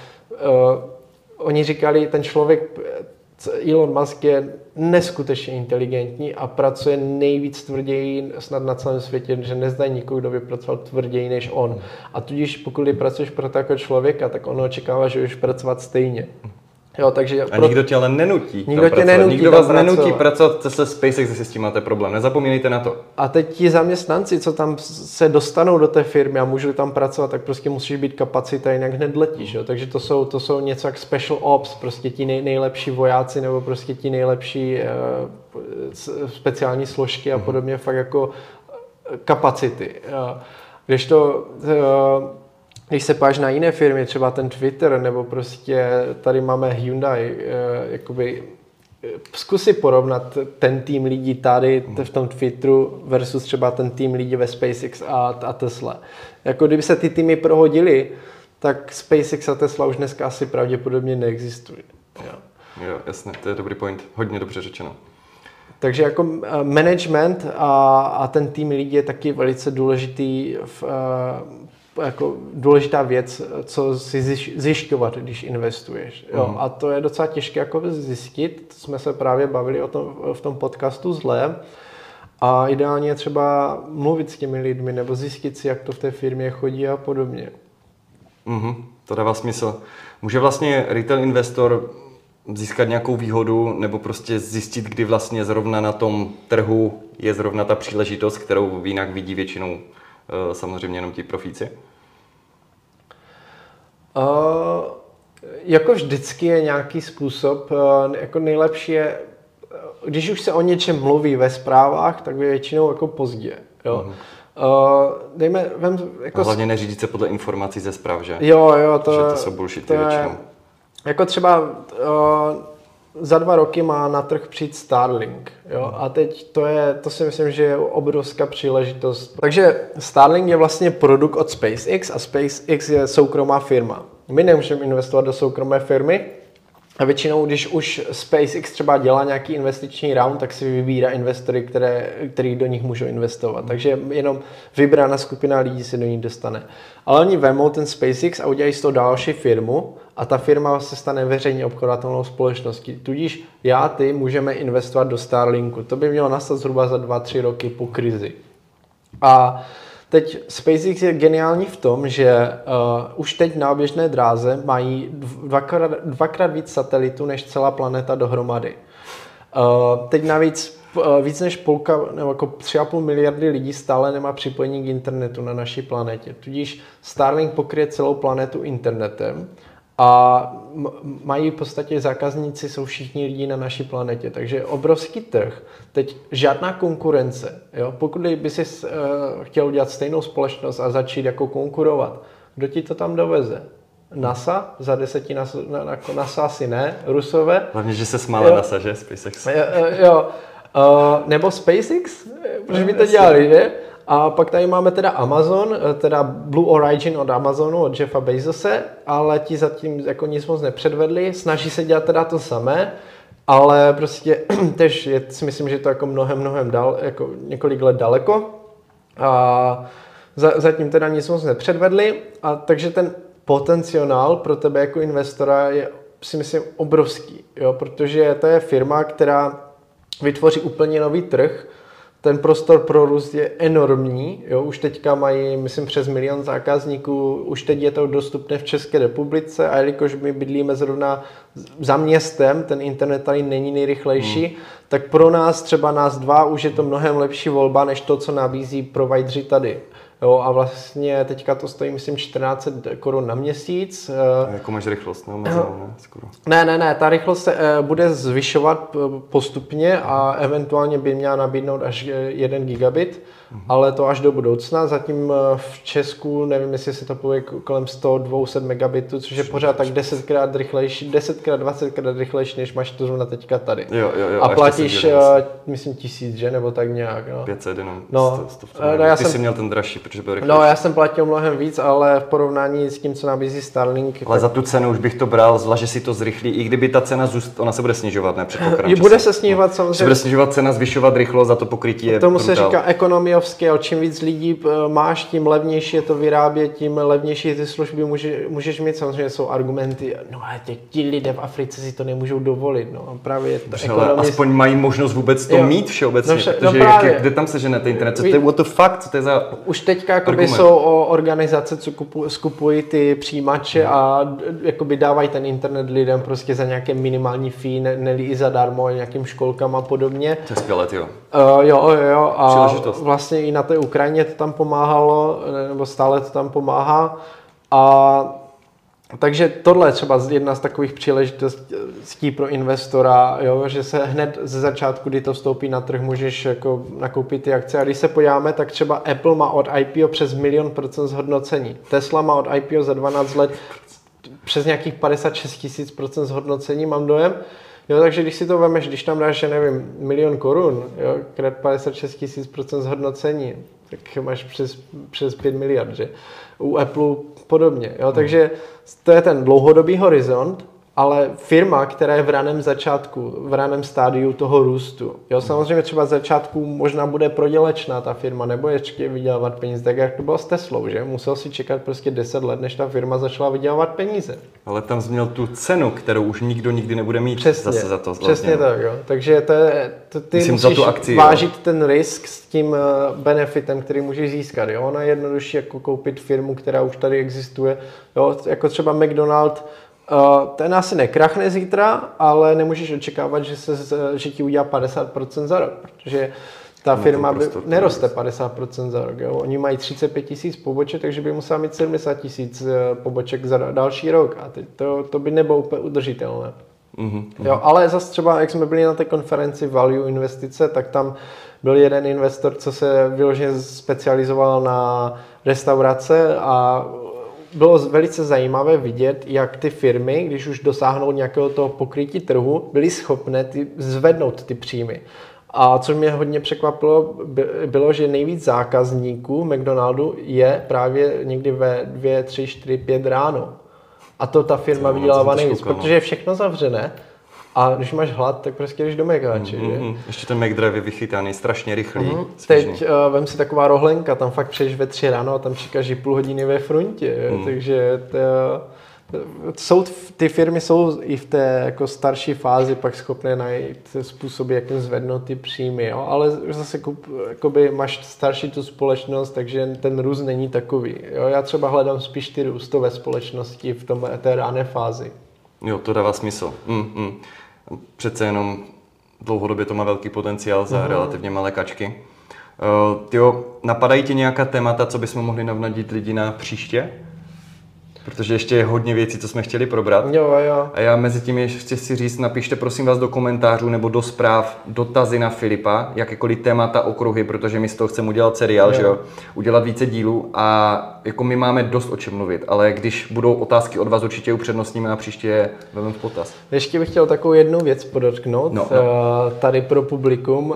[SPEAKER 2] uh, oni říkali, ten člověk, Elon Musk je neskutečně inteligentní a pracuje nejvíc tvrději snad na celém světě, že nezdají nikoho, kdo by pracoval tvrději než on. A tudíž pokud pracuješ pro takového člověka, tak on očekává, že budeš pracovat stejně. Jo, takže
[SPEAKER 1] a pro... nikdo tě ale nenutí.
[SPEAKER 2] Nikdo tě nenutí.
[SPEAKER 1] Nikdo vás nenutí pracovat se SpaceX, jestli s tím máte problém. Nezapomínejte na to.
[SPEAKER 2] A teď ti zaměstnanci, co tam se dostanou do té firmy a můžou tam pracovat, tak prostě musíš být kapacita, jinak hned letíš. Jo? Takže to jsou, to jsou něco jak special ops, prostě ti nej, nejlepší vojáci nebo prostě ti nejlepší uh, speciální složky a podobně, fakt jako kapacity. Uh, když to... Uh, Když se páš na jiné firmy, třeba ten Twitter, nebo prostě tady máme Hyundai, jakoby zkus si porovnat ten tým lidí tady v tom Twitteru versus třeba ten tým lidí ve SpaceX a, a Tesla. Jako kdyby se ty týmy prohodily, tak SpaceX a Tesla už dneska asi pravděpodobně neexistují. Jo,
[SPEAKER 1] jo jasně, to je dobrý point, hodně dobře řečeno.
[SPEAKER 2] Takže jako management a, a ten tým lidí je taky velice důležitý v, jako důležitá věc, co si zjišťovat, když investuješ. Jo? Mm. A to je docela těžké jako zjistit. To jsme se právě bavili o tom, v tom podcastu zle. A ideálně je třeba mluvit s těmi lidmi nebo zjistit si, jak to v té firmě chodí a podobně.
[SPEAKER 1] Mm-hmm. To dává smysl. Může vlastně retail investor získat nějakou výhodu nebo prostě zjistit, kdy vlastně zrovna na tom trhu je zrovna ta příležitost, kterou jinak vidí většinou samozřejmě jenom ti profíci?
[SPEAKER 2] Uh, jako vždycky je nějaký způsob. Uh, jako nejlepší je, když už se o něčem mluví ve zprávách, tak je většinou jako pozdě. Jo? Uh-huh. Uh, dejme, vem, jako...
[SPEAKER 1] Hlavně neřídit se podle informací ze zpráv, že?
[SPEAKER 2] Jo, jo, to,
[SPEAKER 1] že to jsou bullshity
[SPEAKER 2] to
[SPEAKER 1] většinou.
[SPEAKER 2] Je, jako třeba uh, za dva roky má na trh přijít Starlink, jo, a teď to je, to si myslím, že je obrovská příležitost. Takže Starlink je vlastně produkt od SpaceX a SpaceX je soukromá firma. My nemůžeme investovat do soukromé firmy a většinou, když už SpaceX třeba dělá nějaký investiční round, tak si vybírá investory, které, který do nich můžou investovat. Takže jenom vybraná skupina lidí se do ní dostane. Ale oni vemou ten SpaceX a udělají z toho další firmu a ta firma se stane veřejně obchodovatelnou společností. Tudíž já, ty můžeme investovat do Starlinku. To by mělo nastat zhruba za dva, tři roky po krizi. A teď SpaceX je geniální v tom, že uh, už teď na oběžné dráze mají dvakrát, dvakrát víc satelitů než celá planeta dohromady. Uh, teď navíc uh, víc než půlka, nebo jako tři a půl miliardy lidí stále nemá připojení k internetu na naší planetě. Tudíž Starlink pokryje celou planetu internetem a mají v podstatě zákazníci, jsou všichni lidi na naší planetě, takže obrovský trh. Teď žádná konkurence. Jo? Pokud by si uh, chtěl udělat stejnou společnost a začít jako konkurovat, kdo ti to tam doveze? NASA? Za deseti NASA, jako NASA asi ne, Rusové.
[SPEAKER 1] Hlavně, že se smála NASA, že? SpaceX.
[SPEAKER 2] Jo, jo. Uh, nebo SpaceX? Proč by to dělali, ne? A pak tady máme teda Amazon, teda Blue Origin od Amazonu, od Jeffa Bezose, ale ti zatím jako nic moc nepředvedli, snaží se dělat teda to samé, ale prostě tež je, si myslím, že je to jako mnohem, mnohem dal, jako několik let daleko a za, zatím teda nic moc nepředvedli, a takže ten potenciál pro tebe jako investora je, si myslím, obrovský, jo, protože to je firma, která vytvoří úplně nový trh. Ten prostor pro růst je enormní, jo, už teďka mají, myslím, přes milion zákazníků, už teď je to dostupné v České republice a jelikož my bydlíme zrovna za městem, ten internet tady není nejrychlejší, hmm. tak pro nás, třeba nás dva, už je to mnohem lepší volba, než to, co nabízí provideři tady. Jo, a vlastně teďka to stojí, myslím, čtrnáct set korun na měsíc.
[SPEAKER 1] A jako máš rychlost, no, mezi, ne? Skoro.
[SPEAKER 2] Ne, ne, ne, ta rychlost se uh, bude zvyšovat postupně a eventuálně by měla nabídnout až jeden gigabit, mm-hmm. ale to až do budoucna. Zatím v Česku, nevím, jestli se to povede kolem sto dvě stě megabitů, což je pořád tak desetkrát rychlejší, desetkrát, dvacetkrát rychlejší, než máš to zrovna teďka tady.
[SPEAKER 1] Jo, jo, jo,
[SPEAKER 2] a platíš, uh, myslím, tisíc, že? Nebo tak nějak. No.
[SPEAKER 1] pět set jenom.
[SPEAKER 2] No,
[SPEAKER 1] sto, sto, no, já Ty jsem, jsi měl ten dražší, protože byl rychlejší.
[SPEAKER 2] No, já jsem platil mnohem víc, ale v porovnání s tím, co nabízí Starlink.
[SPEAKER 1] Ale
[SPEAKER 2] tak...
[SPEAKER 1] za tu cenu už bych to bral, zvlášť, že si to zrychlí, i kdyby ta cena zůst, ona se bude snižovat, ne? Předpokládám,
[SPEAKER 2] bude se snižovat, no. samozřejmě.
[SPEAKER 1] Se bude snižovat cena, zvyšovat rychlost, za to pokrytí je
[SPEAKER 2] tomu se
[SPEAKER 1] brutál.
[SPEAKER 2] říká ekonomiovské, a čím víc lidí máš, tím levnější je to vyrábět, tím levnější ty služby může, můžeš mít. Samozřejmě jsou argumenty, no a těch ti lidé v Africe si to nemůžou dovolit, no a právě je to ekonomii...
[SPEAKER 1] aspoň mají možnost vůbec to jo. mít všeobecně, no vše, protože
[SPEAKER 2] no právě.
[SPEAKER 1] Jak, kde tam seženete internet, co to je, what the fuck, co to je za
[SPEAKER 2] Už teďka jakoby jsou organizace, co kupují, skupují ty přijímače a jakoby dávají ten internet lidem prostě za nějaké minimální fee, ne, ne i zadarmo, nějakým školkám a podobně.
[SPEAKER 1] To je skvělé, jo.
[SPEAKER 2] Uh, jo, jo, a vlastně i na té Ukrajině to tam pomáhalo, nebo stále to tam pomáhá. A takže tohle je třeba jedna z takových příležitostí pro investora, jo, že se hned ze začátku, kdy to vstoupí na trh, můžeš jako nakoupit ty akce. A když se podíváme, tak třeba Apple má od I P O přes milion procent zhodnocení. Tesla má od I P O za dvanáct let přes nějakých padesát šest tisíc procent zhodnocení, mám dojem. Jo, takže když si to vemeš, když tam dáš, že nevím, milion korun, jo, krát padesát šest tisíc procent zhodnocení, tak máš přes, přes pět miliard, že? U Apple podobně, jo, takže to je ten dlouhodobý horizont, ale firma, která je v raném začátku, v raném stádiu toho růstu. Jo, samozřejmě třeba z začátku možná bude prodělečná ta firma, nebo ještě vydělávat peníze, tak jak to bylo s Teslou, že? Musel si čekat prostě deset let, než ta firma začala vydělávat peníze.
[SPEAKER 1] Ale tam jsi měl tu cenu, kterou už nikdo nikdy nebude mít.
[SPEAKER 2] Přesně,
[SPEAKER 1] zase za to.
[SPEAKER 2] Přesně
[SPEAKER 1] vlastně.
[SPEAKER 2] tak, jo. Takže to je, to ty
[SPEAKER 1] Myslím,
[SPEAKER 2] musíš
[SPEAKER 1] za tu akci,
[SPEAKER 2] vážit
[SPEAKER 1] jo.
[SPEAKER 2] ten risk s tím benefitem, který můžeš získat. Jo? Ono je jednodušší jako koupit firmu, která už tady existuje. Jo? Jako třeba McDonald's. Uh, ten asi nekrachne zítra, ale nemůžeš očekávat, že, se, že ti udělá padesát procent za rok, protože ta no, firma by neroste padesát procent za rok. Jo? Oni mají třicet pět tisíc poboček, takže by musela mít sedmdesát tisíc poboček za další rok a teď to, to by nebylo úplně udržitelné. Mm-hmm. Jo, ale zase třeba, jak jsme byli na té konferenci Value investice, tak tam byl jeden investor, co se vyloženě specializoval na restaurace a bylo velice zajímavé vidět, jak ty firmy, když už dosáhnou nějakého toho pokrytí trhu, byly schopné ty, zvednout ty příjmy. A co mě hodně překvapilo, bylo, že nejvíc zákazníků McDonaldu je právě někdy ve dvě, tři, čtyři, pět ráno. A to ta firma vydělává nejvíc, protože je všechno zavřené. A když máš hlad, tak prostě jdeš do Mekáče, mm,
[SPEAKER 1] mm, mm. Ještě ten McDrive je vychytaný, strašně rychlý. Mm,
[SPEAKER 2] teď uh, vem si taková rohlenka, tam fakt přejdeš ve tři ráno a tam čekáš půl hodiny ve frontě. Mm. Takže to, jsou, ty firmy jsou i v té jako starší fázi pak schopné najít způsoby, jak jim zvednout ty příjmy. Jo? Ale zase jakoby, máš starší tu společnost, takže ten růst není takový. Jo? Já třeba hledám spíš ty růstové společnosti v tom, té rané fázi. Jo,
[SPEAKER 1] to dává smysl. Mm, mm. Přece jenom dlouhodobě to má velký potenciál za mm. relativně malé kačky. Uh, tyjo, napadají ti nějaká témata, co bychom mohli navnadit lidi na příště? Protože ještě je hodně věcí, co jsme chtěli probrat.
[SPEAKER 2] Jo, jo.
[SPEAKER 1] A já mezi tím ještě si říct, napište prosím vás do komentářů nebo do zpráv dotazy na Filipa, jakékoliv témata, okruhy, protože my z toho chceme udělat seriál, jo. Že jo? Udělat více dílů a jako my máme dost o čem mluvit, ale když budou otázky od vás, určitě upřednostníme a příště je vezmeme v potaz.
[SPEAKER 2] Ještě bych chtěl takovou jednu věc podotknout, no, no. tady pro publikum.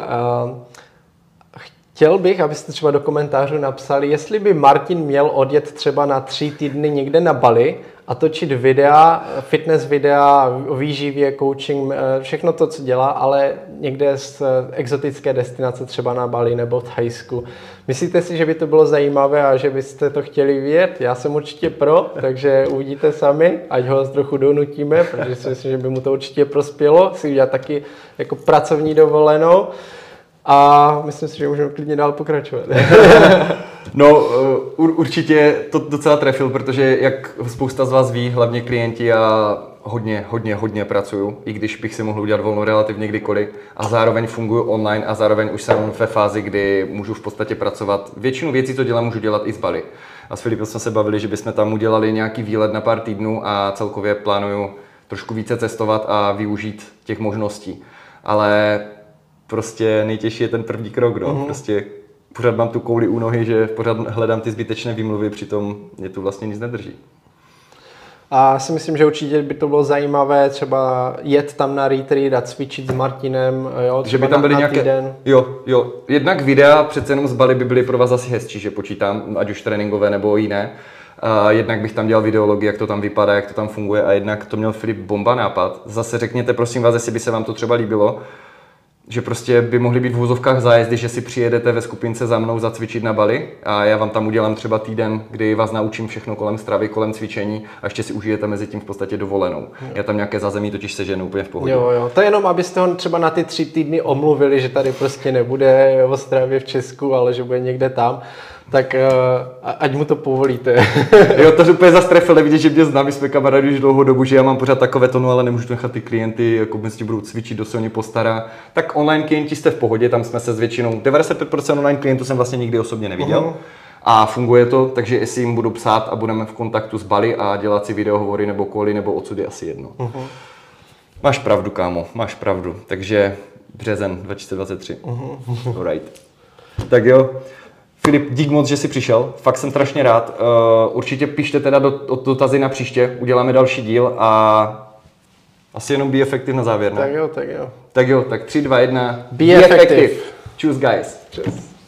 [SPEAKER 2] Chtěl bych, abyste třeba do komentářů napsali, jestli by Martin měl odjet třeba na tři týdny někde na Bali a točit videa, fitness videa, o výživě, coaching, všechno to, co dělá, ale někde z exotické destinace, třeba na Bali nebo v Thajsku. Myslíte si, že by to bylo zajímavé a že byste to chtěli vidět? Já jsem určitě pro, takže uvidíte sami, ať ho trochu donutíme, protože si myslím, že by mu to určitě prospělo, si udělat taky jako pracovní dovolenou. A myslím si, že můžeme klidně dál pokračovat.
[SPEAKER 1] No, určitě to docela trefil, protože jak spousta z vás ví, hlavně klienti a hodně, hodně, hodně pracuju, i když bych si mohl udělat volno relativně kdykoliv a zároveň funguju online a zároveň už jsem ve fázi, kdy můžu v podstatě pracovat. Většinu věcí, co dělám, můžu dělat i z Bali. A s Filipem jsme se bavili, že bychom tam udělali nějaký výlet na pár týdnů a celkově plánuju trošku více cestovat a využít těch možností. Ale prostě nejtěžší je ten první krok, no. Mm-hmm. Prostě pořád mám tu kouli u nohy, že pořád hledám ty zbytečné výmluvy, přitom mě tu vlastně nic nedrží.
[SPEAKER 2] A si myslím, že určitě by to bylo zajímavé třeba jet tam na retreat a cvičit s Martinem, jo,
[SPEAKER 1] že by tam byly nějaké,
[SPEAKER 2] týden.
[SPEAKER 1] Jo, jo, jednak videa přece jenom z Bali by byly pro vás asi hezčí, že počítám, ať už tréninkové nebo jiné. Uh, jednak bych tam dělal videologii, jak to tam vypadá, jak to tam funguje a jednak to měl Filip bomba nápad. Zase řekněte prosím vás, jestli by se vám to třeba líbilo, že prostě by mohly být v vozovkách zájezdy, že si přijedete ve skupince za mnou zacvičit na Bali a já vám tam udělám třeba týden, kdy vás naučím všechno kolem stravy, kolem cvičení a ještě si užijete mezi tím v podstatě dovolenou. Jo. Já tam nějaké zázemí totiž seženu úplně v pohodě.
[SPEAKER 2] Jo, jo. To je jenom, abyste ho třeba na ty tři týdny omluvili, že tady prostě nebude v Ostravě v Česku, ale že bude někde tam. Tak uh, ať mu to povolíte.
[SPEAKER 1] Jo, to úplně zastrefili, vidět, že mě znám, my jsme kamarádi už dlouhou dobu, že já mám pořád takové to, no ale nemůžu to nechat ty klienty, jako mezi budou cvičit, do se o ně postará. Tak online klienti jste v pohodě, tam jsme se s většinou, devadesát pět procent online klientů jsem vlastně nikdy osobně neviděl. Uh-huh. A funguje to, takže jestli jim budu psát a budeme v kontaktu s Bali a dělat si videohovory nebo koly, nebo odsud je asi jedno. Uh-huh. Máš pravdu, kámo, máš pravdu. Takže březen dva tisíce dvacet tři. Uh-huh. Alright. Tak jo. Filip, dík moc, že jsi přišel, fakt jsem strašně rád. Uh, určitě pište teda do, do, dotazy na příště, uděláme další díl a asi jenom be effective na závěr, ne?
[SPEAKER 2] Tak jo, tak jo.
[SPEAKER 1] Tak jo, tak tři, dva, jedna.
[SPEAKER 2] Be, be effective. effective.
[SPEAKER 1] Choose guys.
[SPEAKER 2] Cheers.